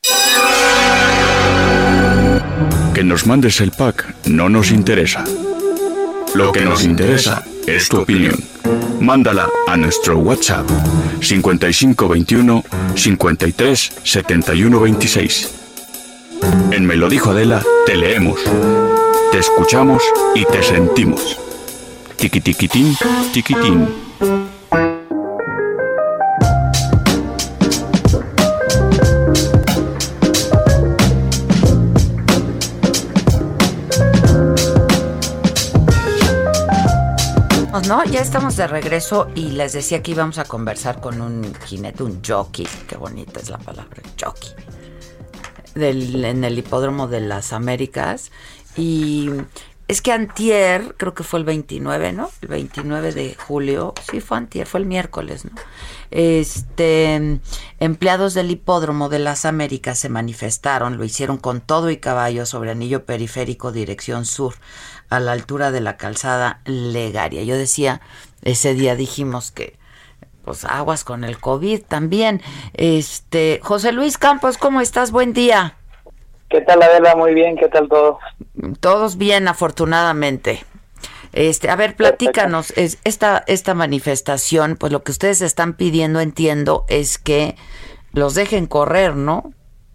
Que nos mandes el pack no nos interesa. Lo que nos interesa es tu opinión. Mándala a nuestro WhatsApp cincuenta y cinco veintiuno, cincuenta y tres, setenta y uno veintiséis. En Me lo dijo Adela te leemos, te escuchamos y te sentimos. Tiquitiquitín, tiquitín. ¿No? Ya estamos de regreso y les decía que íbamos a conversar con un jinete, un jockey, qué bonita es la palabra, jockey, del, en el hipódromo de las Américas. Y es que antier, creo que fue el veintinueve, ¿no? El veintinueve de julio, sí fue antier, fue el miércoles, ¿no? Este, empleados del hipódromo de las Américas se manifestaron, lo hicieron con todo y caballo sobre anillo periférico dirección sur, a la altura de la calzada Legaria. Yo decía, ese día dijimos que, pues, aguas con el COVID también. Este, José Luis Campos, ¿cómo estás? Buen día. ¿Qué tal, Adela? Muy bien, ¿qué tal todo? Todos bien, afortunadamente. Este, a ver, platícanos, es, esta, esta manifestación, pues lo que ustedes están pidiendo, entiendo, es que los dejen correr, ¿no?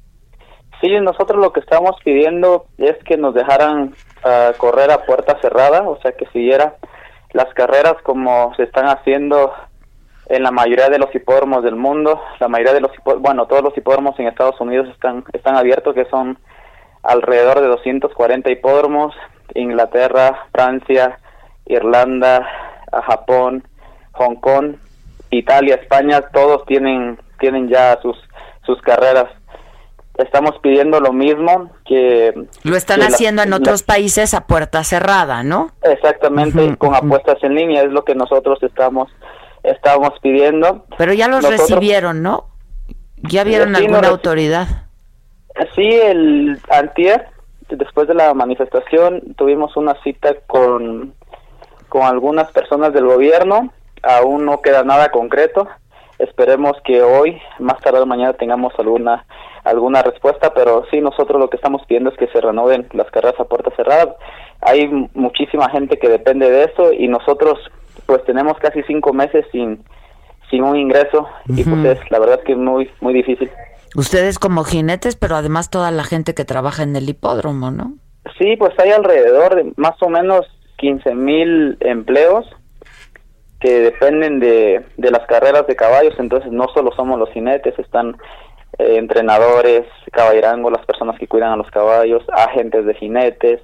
Sí, nosotros lo que estamos pidiendo es que nos dejaran uh, correr a puerta cerrada, o sea, que siguiera las carreras como se están haciendo en la mayoría de los hipódromos del mundo. La mayoría de los hipó- bueno, todos los hipódromos en Estados Unidos están están abiertos, que son alrededor de doscientos cuarenta hipódromos. Inglaterra, Francia, Irlanda, Japón, Hong Kong, Italia, España, todos tienen tienen ya sus sus carreras. Estamos pidiendo lo mismo que... Lo están que haciendo la, en otros la, países a puerta cerrada, ¿no? Exactamente, uh-huh, con uh-huh. apuestas en línea, es lo que nosotros estamos estamos pidiendo. Pero ya los nosotros, recibieron, ¿no? ¿Ya vieron sí, alguna no, autoridad? Sí, el antier, después de la manifestación, tuvimos una cita con, con algunas personas del gobierno. Aún no queda nada concreto. Esperemos que hoy, más tarde o mañana, tengamos alguna alguna respuesta, pero sí, nosotros lo que estamos pidiendo es que se renueven las carreras a puerta cerrada. Hay muchísima gente que depende de eso y nosotros pues tenemos casi cinco meses sin sin un ingreso uh-huh. y pues es, la verdad es que es muy, muy difícil. Ustedes como jinetes, pero además toda la gente que trabaja en el hipódromo, ¿no? Sí, pues hay alrededor de más o menos quince mil empleos que dependen de, de las carreras de caballos, entonces no solo somos los jinetes, están eh, entrenadores, caballerango, las personas que cuidan a los caballos, agentes de jinetes,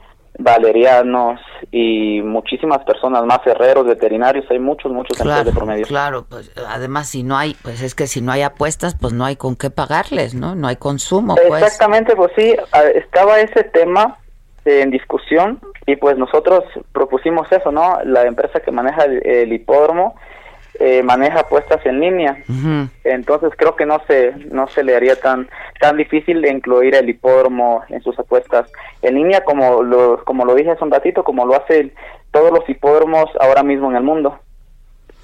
valerianos y muchísimas personas más, herreros, veterinarios, hay muchos, muchos claro, empleos de promedio. Claro, pues además si no hay, pues es que si no hay apuestas, pues no hay con qué pagarles, ¿no? No hay consumo, pues. Exactamente, pues sí, estaba ese tema en discusión y pues nosotros propusimos eso, ¿no? La empresa que maneja el, el hipódromo eh, maneja apuestas en línea, uh-huh. entonces creo que no se no se le haría tan tan difícil de incluir el hipódromo en sus apuestas en línea, como lo como lo dije hace un ratito, como lo hacen todos los hipódromos ahora mismo en el mundo.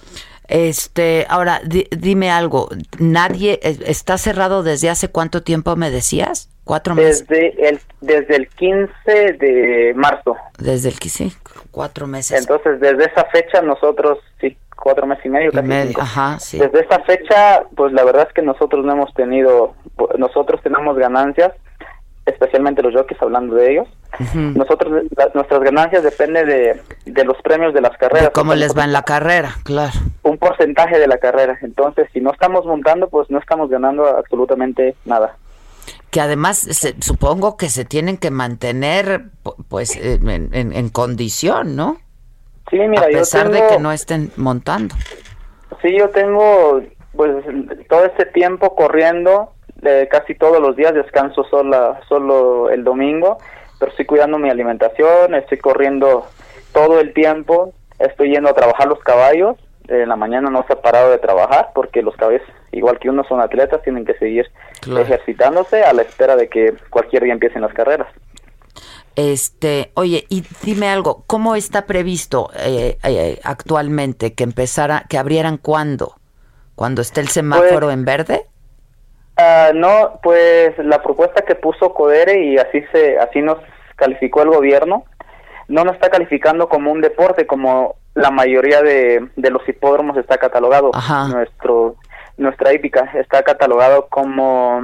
Este, ahora, di, dime algo, nadie, ¿está cerrado desde hace cuánto tiempo me decías? ¿Cuatro meses? Desde el, desde el quince de marzo. Desde el quince, cuatro meses. Entonces, desde esa fecha nosotros, sí, cuatro meses y medio. Y casi medio, cinco. ajá, sí. Desde esa fecha, pues la verdad es que nosotros no hemos tenido, nosotros tenemos ganancias, especialmente los jockeys, hablando de ellos. Uh-huh. Nosotros, la, nuestras ganancias dependen de, de los premios de las carreras. De cómo les va en la carrera, claro. Un porcentaje de la carrera. Entonces, si no estamos montando, pues no estamos ganando absolutamente nada. Que además, se, supongo que se tienen que mantener, pues, en, en, en condición, ¿no? Sí, mira, a pesar yo tengo, de que no estén montando. Sí, yo tengo, pues, todo este tiempo corriendo, eh, casi todos los días, descanso sola, solo el domingo, pero estoy cuidando mi alimentación, estoy corriendo todo el tiempo, estoy yendo a trabajar los caballos, en la mañana no se ha parado de trabajar, porque los caballos, igual que uno, son atletas, tienen que seguir claro. ejercitándose a la espera de que cualquier día empiecen las carreras. Este, oye, y dime algo, ¿cómo está previsto eh, eh, actualmente que empezara, que abrieran cuándo? ¿Cuando esté el semáforo pues, en verde? Uh, no, pues la propuesta que puso Codere y así se, así nos calificó el gobierno, no nos está calificando como un deporte como la mayoría de, de los hipódromos está catalogado. Ajá. Nuestro, nuestra hípica está catalogado como,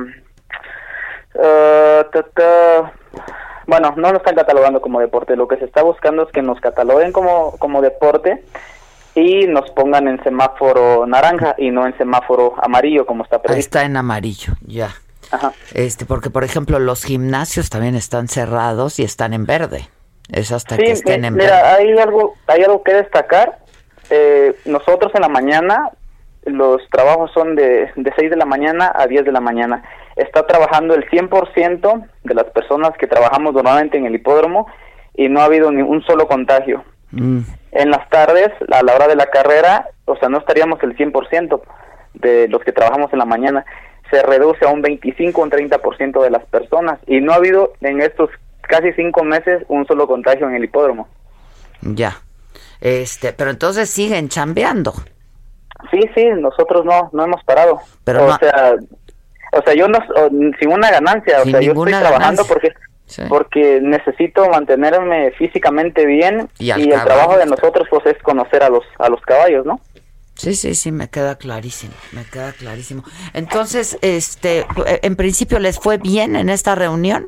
uh, ta, ta, bueno, no nos están catalogando como deporte. Lo que se está buscando es que nos cataloguen como, como deporte y nos pongan en semáforo naranja y no en semáforo amarillo como está previsto. Está en amarillo, ya. Ajá. Este, porque por ejemplo los gimnasios también están cerrados y están en verde. Es hasta sí, que estén en mira, verde. hay algo, hay algo que destacar. Eh, nosotros en la mañana, los trabajos son de, de seis de la mañana a diez de la mañana. Está trabajando el cien por ciento de las personas que trabajamos normalmente en el hipódromo y no ha habido ni un solo contagio. Mm. En las tardes, a la hora de la carrera, o sea, no estaríamos el cien por ciento de los que trabajamos en la mañana. Se reduce a un veinticinco o un treinta por ciento de las personas y no ha habido en estos casi cinco meses un solo contagio en el hipódromo. Ya. Este, pero entonces siguen chambeando. Sí, sí, nosotros no no hemos parado. Pero o no, sea, o sea, yo no o, sin una ganancia, sin o sea, yo estoy trabajando ganancia. porque sí. porque necesito mantenerme físicamente bien y, y el caballo, trabajo de nosotros pues es conocer a los a los caballos, ¿no? Sí, sí, sí, me queda clarísimo, me queda clarísimo. Entonces, este, en principio les fue bien en esta reunión.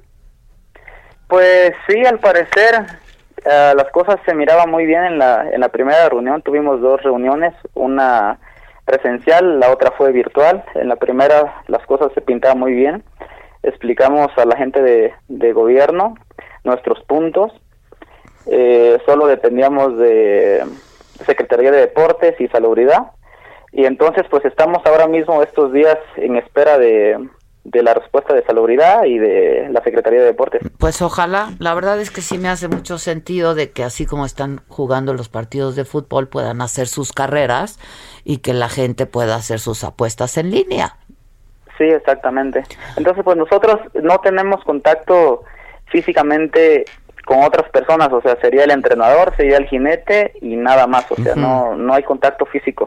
Pues sí, al parecer uh, las cosas se miraban muy bien en la en la primera reunión. Tuvimos dos reuniones, una presencial, la otra fue virtual. En la primera las cosas se pintaban muy bien. Explicamos a la gente de, de gobierno nuestros puntos. Eh, solo dependíamos de Secretaría de Deportes y Salubridad. Y entonces pues estamos ahora mismo estos días en espera de... de la respuesta de Salubridad y de la Secretaría de Deportes. Pues ojalá, la verdad es que sí me hace mucho sentido de que así como están jugando los partidos de fútbol puedan hacer sus carreras y que la gente pueda hacer sus apuestas en línea. Sí, exactamente. Entonces pues nosotros no tenemos contacto físicamente con otras personas, o sea, sería el entrenador, sería el jinete y nada más, o sea, uh-huh. no no hay contacto físico.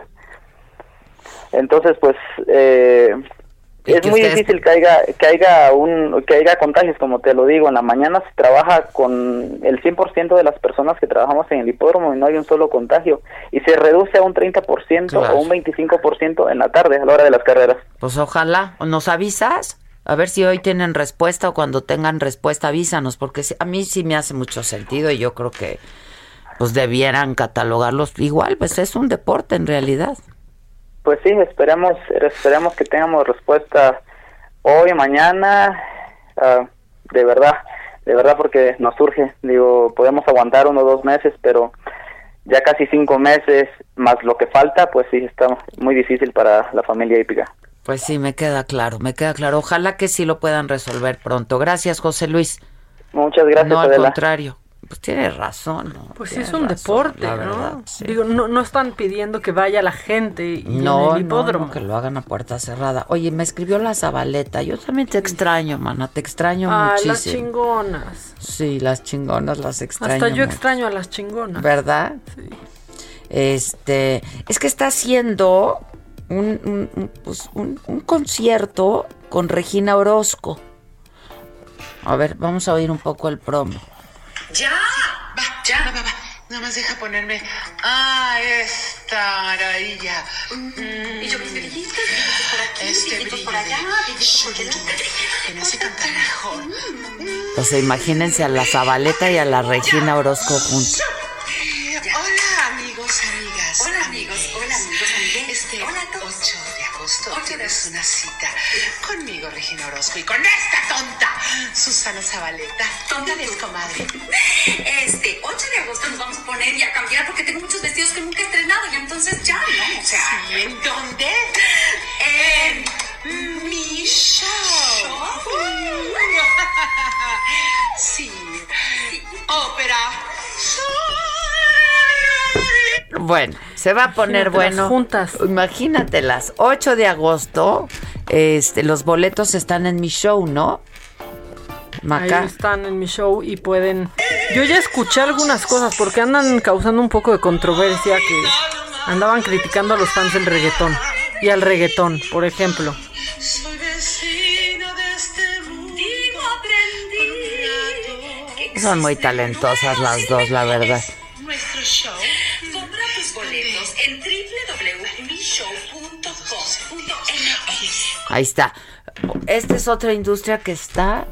Entonces pues eh es muy ustedes... difícil que haya, que haya un que haya contagios, como te lo digo. En la mañana se trabaja con el cien por ciento de las personas que trabajamos en el hipódromo y no hay un solo contagio. Y se reduce a un treinta por ciento claro. o un veinticinco por ciento en la tarde, a la hora de las carreras. Pues ojalá. ¿Nos avisas? A ver si hoy tienen respuesta o cuando tengan respuesta avísanos, porque a mí sí me hace mucho sentido y yo creo que pues debieran catalogarlos igual, pues es un deporte en realidad. Pues sí, esperemos, esperemos que tengamos respuesta hoy, mañana, uh, de verdad, de verdad porque nos surge, digo, podemos aguantar uno o dos meses, pero ya casi cinco meses más lo que falta, pues sí, está muy difícil para la familia hípica. Pues sí, me queda claro, me queda claro. Ojalá que sí lo puedan resolver pronto. Gracias, José Luis. Muchas gracias, No, al Adela. contrario. Pues tiene razón, ¿no? Pues sí, Tiene es un razón, deporte, la ¿no? verdad, sí. Digo, no, no están pidiendo que vaya la gente y no, en el hipódromo. No, no, que lo hagan a puerta cerrada. Oye, me escribió la Zabaleta. Yo también te extraño, mana, te extraño ah, muchísimo. las chingonas. Sí, las chingonas las extraño Hasta yo mucho. extraño a las chingonas. ¿Verdad? Sí. Este, es que está haciendo un, un, un, pues un, un concierto con Regina Orozco. A ver, vamos a oír un poco el promo. Ya, va, ya, va, va, va. Nada más deja ponerme. Ah, esta maravilla. Mm. Y yo mis brillitos, brillitos por aquí, este brillitos por allá, brillitos por allá. Que me hace cantar mejor. O sea, imagínense a la Zabaleta y a la Regina Orozco juntos. Hola, amigos, amigas. Hola, amigos, hola, amigos, amigas. Este Hola a todos. ocho de agosto ocho de tienes una cita conmigo, Regina Orozco, y con esta tonta, Susana Zabaleta. Tonta Dale, tú. comadre. Este, ocho de agosto nos vamos a poner y a cambiar porque tengo muchos vestidos que nunca he estrenado y entonces ya, ¿no? O sea, ¿Y en dónde? en mi show. Sí. Ópera. Bueno, se va a poner bueno. Juntas. Imagínatelas, ocho de agosto, este, los boletos están en mi show, ¿no? Maca. Ahí están en mi show y pueden... Yo ya escuché algunas cosas porque andan causando un poco de controversia, que andaban criticando a los fans del reggaetón y al reggaetón, por ejemplo. Soy vecina de este mundo. digo, aprendí. Son muy talentosas las dos, la verdad. Nuestro show. Compra tus boletos en doble u doble u doble u punto mi show punto com punto m x. Ahí está. Esta es otra industria que está...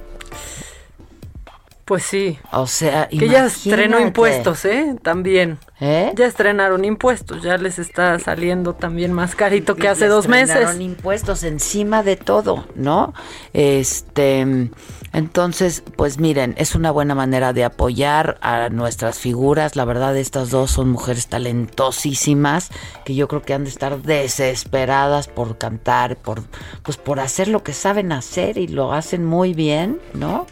Pues sí. O sea, que ya imagínate. estrenó impuestos, ¿eh? También. ¿Eh? Ya estrenaron impuestos, ya les está saliendo también más carito que Les hace dos meses. estrenaron impuestos encima de todo, ¿no? Este, entonces, pues miren, es una buena manera de apoyar a nuestras figuras. La verdad, estas dos son mujeres talentosísimas que yo creo que han de estar desesperadas por cantar, por, pues por hacer lo que saben hacer y lo hacen muy bien, ¿no?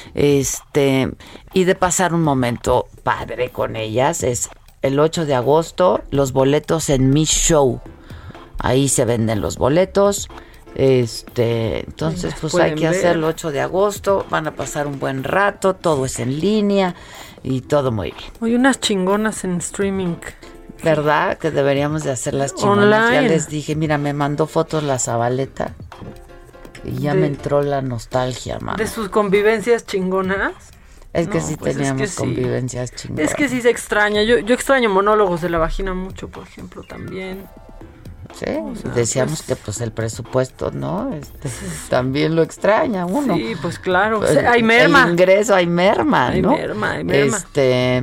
Este, y de pasar un momento padre con ellas. Es el ocho de agosto, los boletos en mi show. Ahí se venden los boletos. Este, entonces pues hay que hacerlo ocho de agosto, van a pasar un buen rato, todo es en línea y todo muy bien. Hay unas chingonas en streaming. ¿Verdad? Que deberíamos de hacer las chingonas. Online. Ya les dije, mira, me mandó fotos la Zabaleta y ya De- me entró la nostalgia, mamá. De sus convivencias chingonas. Es que No, sí pues es teníamos que sí. convivencias chingonas. Es que sí se extraña. Yo, yo extraño monólogos de la vagina mucho, por ejemplo, también. Sí, O sea, decíamos pues- que pues el presupuesto, ¿no? Este, también lo extraña uno. Sí, pues claro. Pues, O sea, hay merma. El ingreso, hay merma, Hay ¿no? merma, hay merma. Este,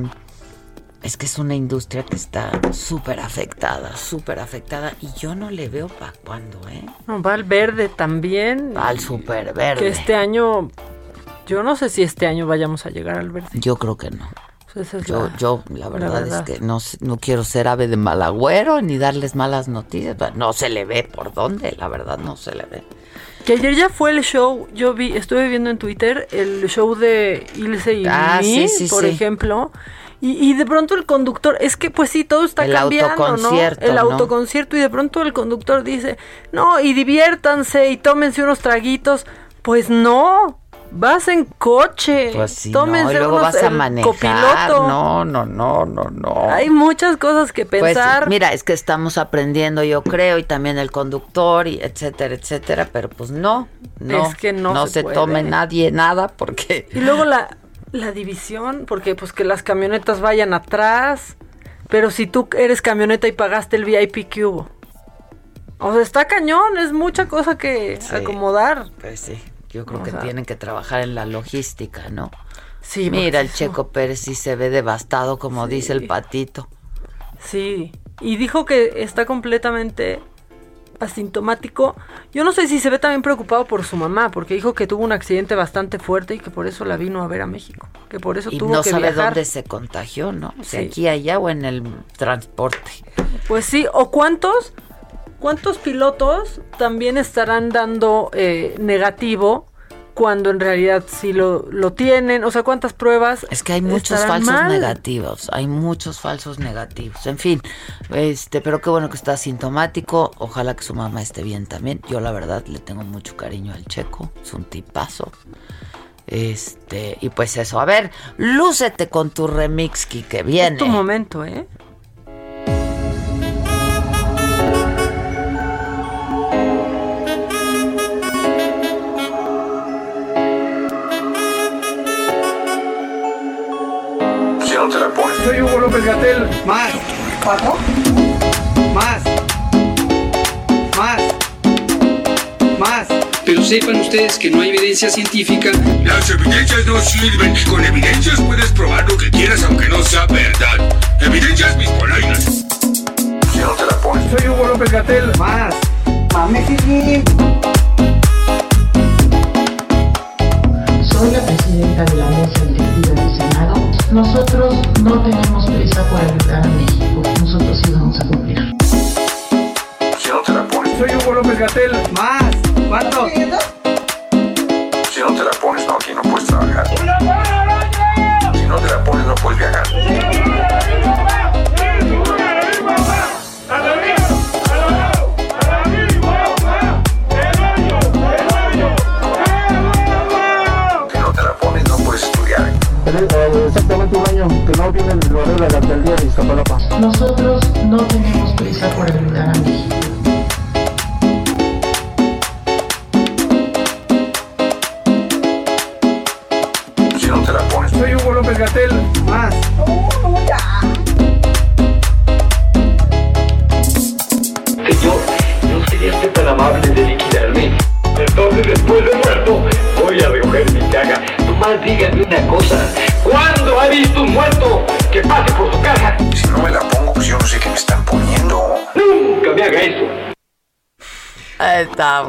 es que es una industria que está súper afectada, súper afectada. Y yo no le veo para cuándo, ¿eh? No, va al verde también. Al súper verde. Que este año... Yo no sé si este año vayamos a llegar al verde. Yo creo que no. Esa es Yo, la- yo, la verdad, la verdad. es que no, sé- no quiero ser ave de mal agüero ni darles malas noticias. No se le ve por dónde, la verdad, no se le ve. Que ayer ya fue el show, yo vi, estuve viendo en Twitter el show de Ilse y Ah, Mimi, sí, sí, por sí. ejemplo, y, y de pronto el conductor, es que pues sí, todo está El cambiando, ¿no? autoconcierto, El ¿no? autoconcierto, y de pronto el conductor dice, no, y diviértanse y tómense unos traguitos. Pues no, vas en coche, Pues sí, tómense no, y luego unos- vas a el manejar. copiloto. No, no, no, no, no. Hay muchas cosas que Pues, pensar. mira, es que estamos aprendiendo, yo creo, y también el conductor, y etcétera, etcétera, pero pues no, no, Es que no se, se puede. tome nadie nada, porque Y luego la, la división, porque pues que las camionetas vayan atrás, pero si tú eres camioneta y pagaste el V I P, ¿qué hubo? O sea, está cañón, es mucha cosa que Sí. acomodar. Pues sí, yo creo O que sea, tienen que trabajar en la logística, ¿no? Sí, Mira, el porque Checo Pérez sí se ve devastado, como dice el patito. Sí, y dijo que está completamente asintomático. Yo no sé si se ve también preocupado por su mamá, porque dijo que tuvo un accidente bastante fuerte y que por eso la vino a ver a México, que por eso Y tuvo no que sabe viajar. dónde se contagió, ¿no? Si Sí. aquí, allá o en el transporte. Pues sí, o cuántos, cuántos pilotos también estarán dando eh, negativo cuando en realidad sí lo, lo tienen, o sea, cuántas pruebas. Es que hay muchos estarán falsos mal? negativos, hay muchos falsos negativos. En fin, este, pero qué bueno que está asintomático. Ojalá que su mamá esté bien también. Yo la verdad le tengo mucho cariño al Checo, es un tipazo. Este, y pues eso, a ver, lúcete con tu remix, que viene. Es tu momento, ¿eh? Más. ¿Cuatro? Más. Más. Más. Pero sepan ustedes que no hay evidencia científica. Las evidencias no sirven. Con evidencias puedes probar lo que quieras aunque no sea verdad. Evidencias mis polainas. Si no te la pones. Soy Hugo López-Gatell. Más. Mames, Soy la presidenta de la mesa directiva del Senado. Nosotros no tenemos prisa por ayudar a México. Nosotros sí vamos a cumplir. Si no te la pones. Soy Hugo López-Gatell. Más. ¿Cuánto? Si no te la pones, no, aquí no puedes trabajar. Si no te la pones, no puedes viajar. Si no te la pones, no puedes estudiar. Exactamente un año que no vienen los de la alcaldía de Iztapalapa. Nosotros no tenemos prisa por ayudar a México. Si no te la pones. Soy Hugo López-Gatell. Más. Señor, ¿no sería usted tan amable de liquidarme? Entonces, después de muerto, voy a recoger mi caja. Nomás dígame una cosa. ¿Cuándo ha visto un muerto que pase por su caja? Si no me la pongo, pues yo no sé qué me están poniendo. Nunca me haga eso. Está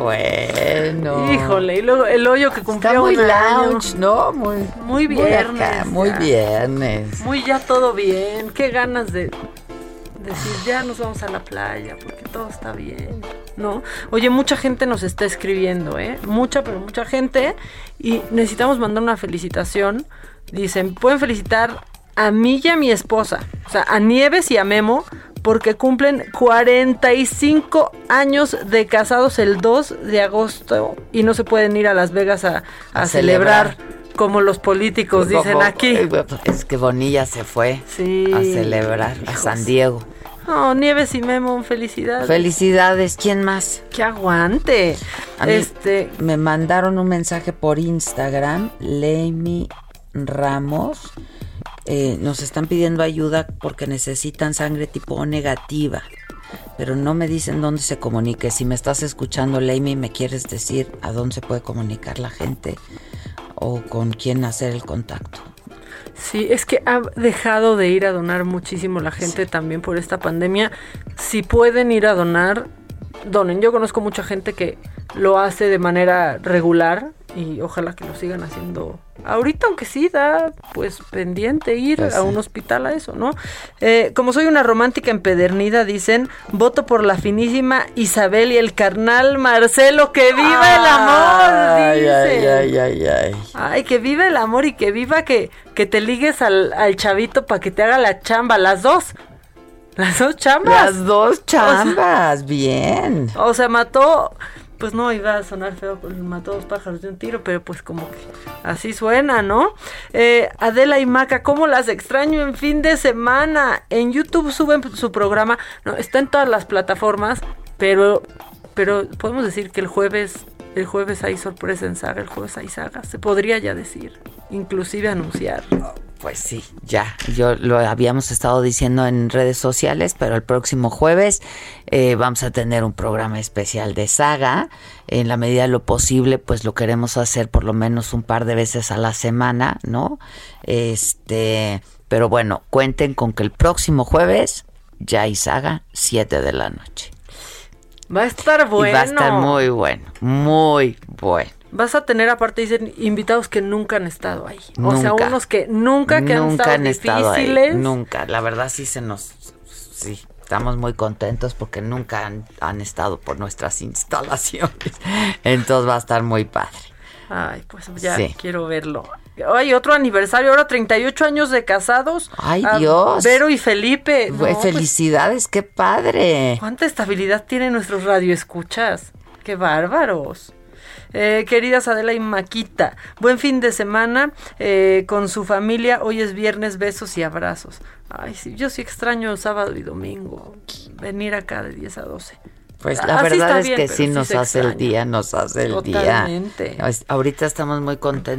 bueno. Híjole, y luego el hoyo que cumplió Está muy un año. lounge, ¿no? Muy, Muy muy viernes. acá, muy ya. viernes. Muy ya todo bien. Qué ganas de decir, ya nos vamos a la playa, porque todo está bien, ¿no? Oye, mucha gente nos está escribiendo, ¿eh? Mucha, pero mucha gente. Y necesitamos mandar una felicitación. Dicen, pueden felicitar a mí y a mi esposa, o sea, a Nieves y a Memo, porque cumplen cuarenta y cinco años de casados el dos de agosto y no se pueden ir a Las Vegas a, a, A celebrar. celebrar. Como los políticos dicen Como- aquí. Es que Bonilla se fue Sí. a celebrar a San Diego. No, Nieves y Memo, felicidades. Felicidades, ¿quién más? ¡Que aguante! A mí Este, me mandaron un mensaje por Instagram, Leimi Ramos. Eh, nos están pidiendo ayuda porque necesitan sangre tipo O negativa, pero no me dicen dónde se comunique. Si me estás escuchando, Leimi, ¿me quieres decir a dónde se puede comunicar la gente o con quién hacer el contacto? sí, es que ha dejado de ir a donar muchísimo la gente también por esta pandemia. Si pueden ir a donar, donen. Yo conozco mucha gente que lo hace de manera regular y ojalá que lo sigan haciendo ahorita, aunque sí da pues pendiente ir Pues a sí. un hospital a eso, ¿no? Eh, como soy una romántica empedernida, dicen, voto por la finísima Isabel y el carnal Marcelo, que viva el amor, Ay, dicen. ay, ay, ay, ay. Ay, que viva el amor y que viva que, que te ligues al, al chavito para que te haga la chamba, las dos. Las dos chambas. Las dos chambas, bien. O sea, mató, pues no iba a sonar feo, pues mató dos pájaros de un tiro, pero pues como que así suena, ¿no? Eh, Adela y Maca, ¿cómo las extraño en fin de semana? En YouTube suben su programa, no, está en todas las plataformas, pero, pero podemos decir que el jueves, el jueves hay sorpresa en Saga, el jueves hay Saga, se podría ya decir, inclusive anunciar. Pues sí, ya, yo lo habíamos estado diciendo en redes sociales, pero el próximo jueves eh, vamos a tener un programa especial de Saga. En la medida de lo posible, pues lo queremos hacer por lo menos un par de veces a la semana, ¿no? Este, pero bueno, cuenten con que el próximo jueves ya hay Saga, siete de la noche. Va a estar bueno. Y va a estar muy bueno, muy bueno. Vas a tener, aparte, dicen, invitados que nunca han estado ahí. Nunca. O sea, unos que nunca, que han Nunca estado han estado ahí, difíciles. nunca. La verdad sí se nos... Sí, estamos muy contentos porque nunca han, han estado por nuestras instalaciones. Entonces va a estar muy padre. Ay, pues ya Sí. quiero verlo. Ay, otro aniversario, ahora treinta y ocho años de casados. Ay, Ah, Dios. Vero y Felipe. No, Güey, pues, felicidades, qué padre. ¿cuánta estabilidad tienen nuestros radioescuchas? ¡Qué bárbaros! Eh, queridas Adela y Maquita, buen fin de semana eh, con su familia. Hoy es viernes, besos y abrazos. Ay, sí, yo sí extraño el sábado y domingo. Venir acá de diez a doce. Pues la Así verdad está es bien, que pero sí nos se hace el extraña. día, nos hace el Totalmente. día. Es- Ahorita estamos muy contentas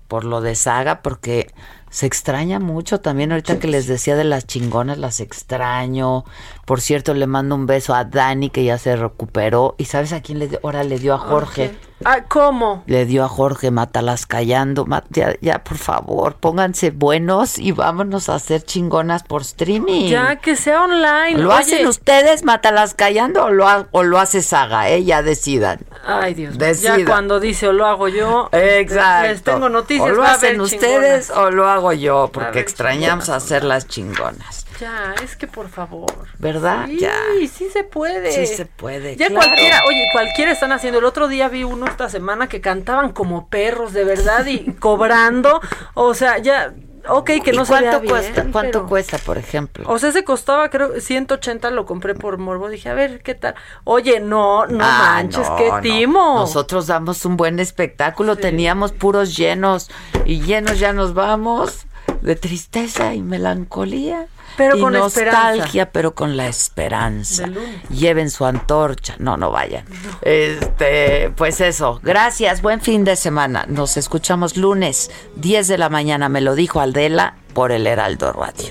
por lo de Saga, porque se extraña mucho también. Ahorita que les decía de las chingonas, las extraño. Por cierto, le mando un beso a Dani, que ya se recuperó. ¿Y sabes a quién le dio? Ahora le dio a Jorge. Okay. Ah, ¿cómo? Le dio a Jorge, mátalas callando. Mat- ya, ya, por favor, pónganse buenos y vámonos a hacer chingonas por streaming. Ya, que sea online. ¿Lo Oye. hacen ustedes, mátalas callando, o lo, ha- o lo hace Saga? Eh, ya decidan. Ay, Dios mío. Decidan. Ya cuando dice o lo hago yo. Exacto. Les tengo noticias. O lo va a hacen haber ustedes chingonas. o lo hago yo, Va a porque haber extrañamos chingonas. hacer las chingonas. Ya, es que por favor. ¿Verdad? Sí, Ya. sí se puede. Sí se puede, Ya claro. cualquiera, oye, cualquiera están haciendo. El otro día vi uno esta semana que cantaban como perros, de verdad, y cobrando. O sea, ya, ok, que ¿Y no se cuánto vea bien, cuesta? ¿Cuánto pero- cuesta, por ejemplo? O sea, ese costaba, creo, ciento ochenta, lo compré por morbo. Dije, a ver, ¿qué tal? Oye, no, no Ah, manches, no, qué no. timo. Nosotros damos un buen espectáculo, teníamos puros llenos y llenos ya nos vamos de tristeza y melancolía. Pero y con nostalgia, esperanza. pero con la esperanza. De lunes. Lleven su antorcha. No, no vayan. Este, pues eso. Gracias. Buen fin de semana. Nos escuchamos lunes, diez de la mañana. Me lo dijo Adela por el Heraldo Radio.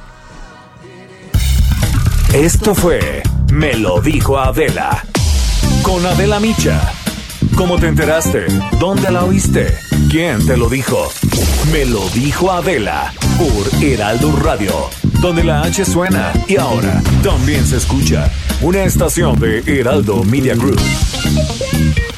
Esto fue Me lo dijo Adela. Con Adela Micha. ¿Cómo te enteraste? ¿Dónde la oíste? ¿Quién te lo dijo? Me lo dijo Adela por Heraldo Radio, donde la H suena y ahora también se escucha. Una estación de Heraldo Media Group.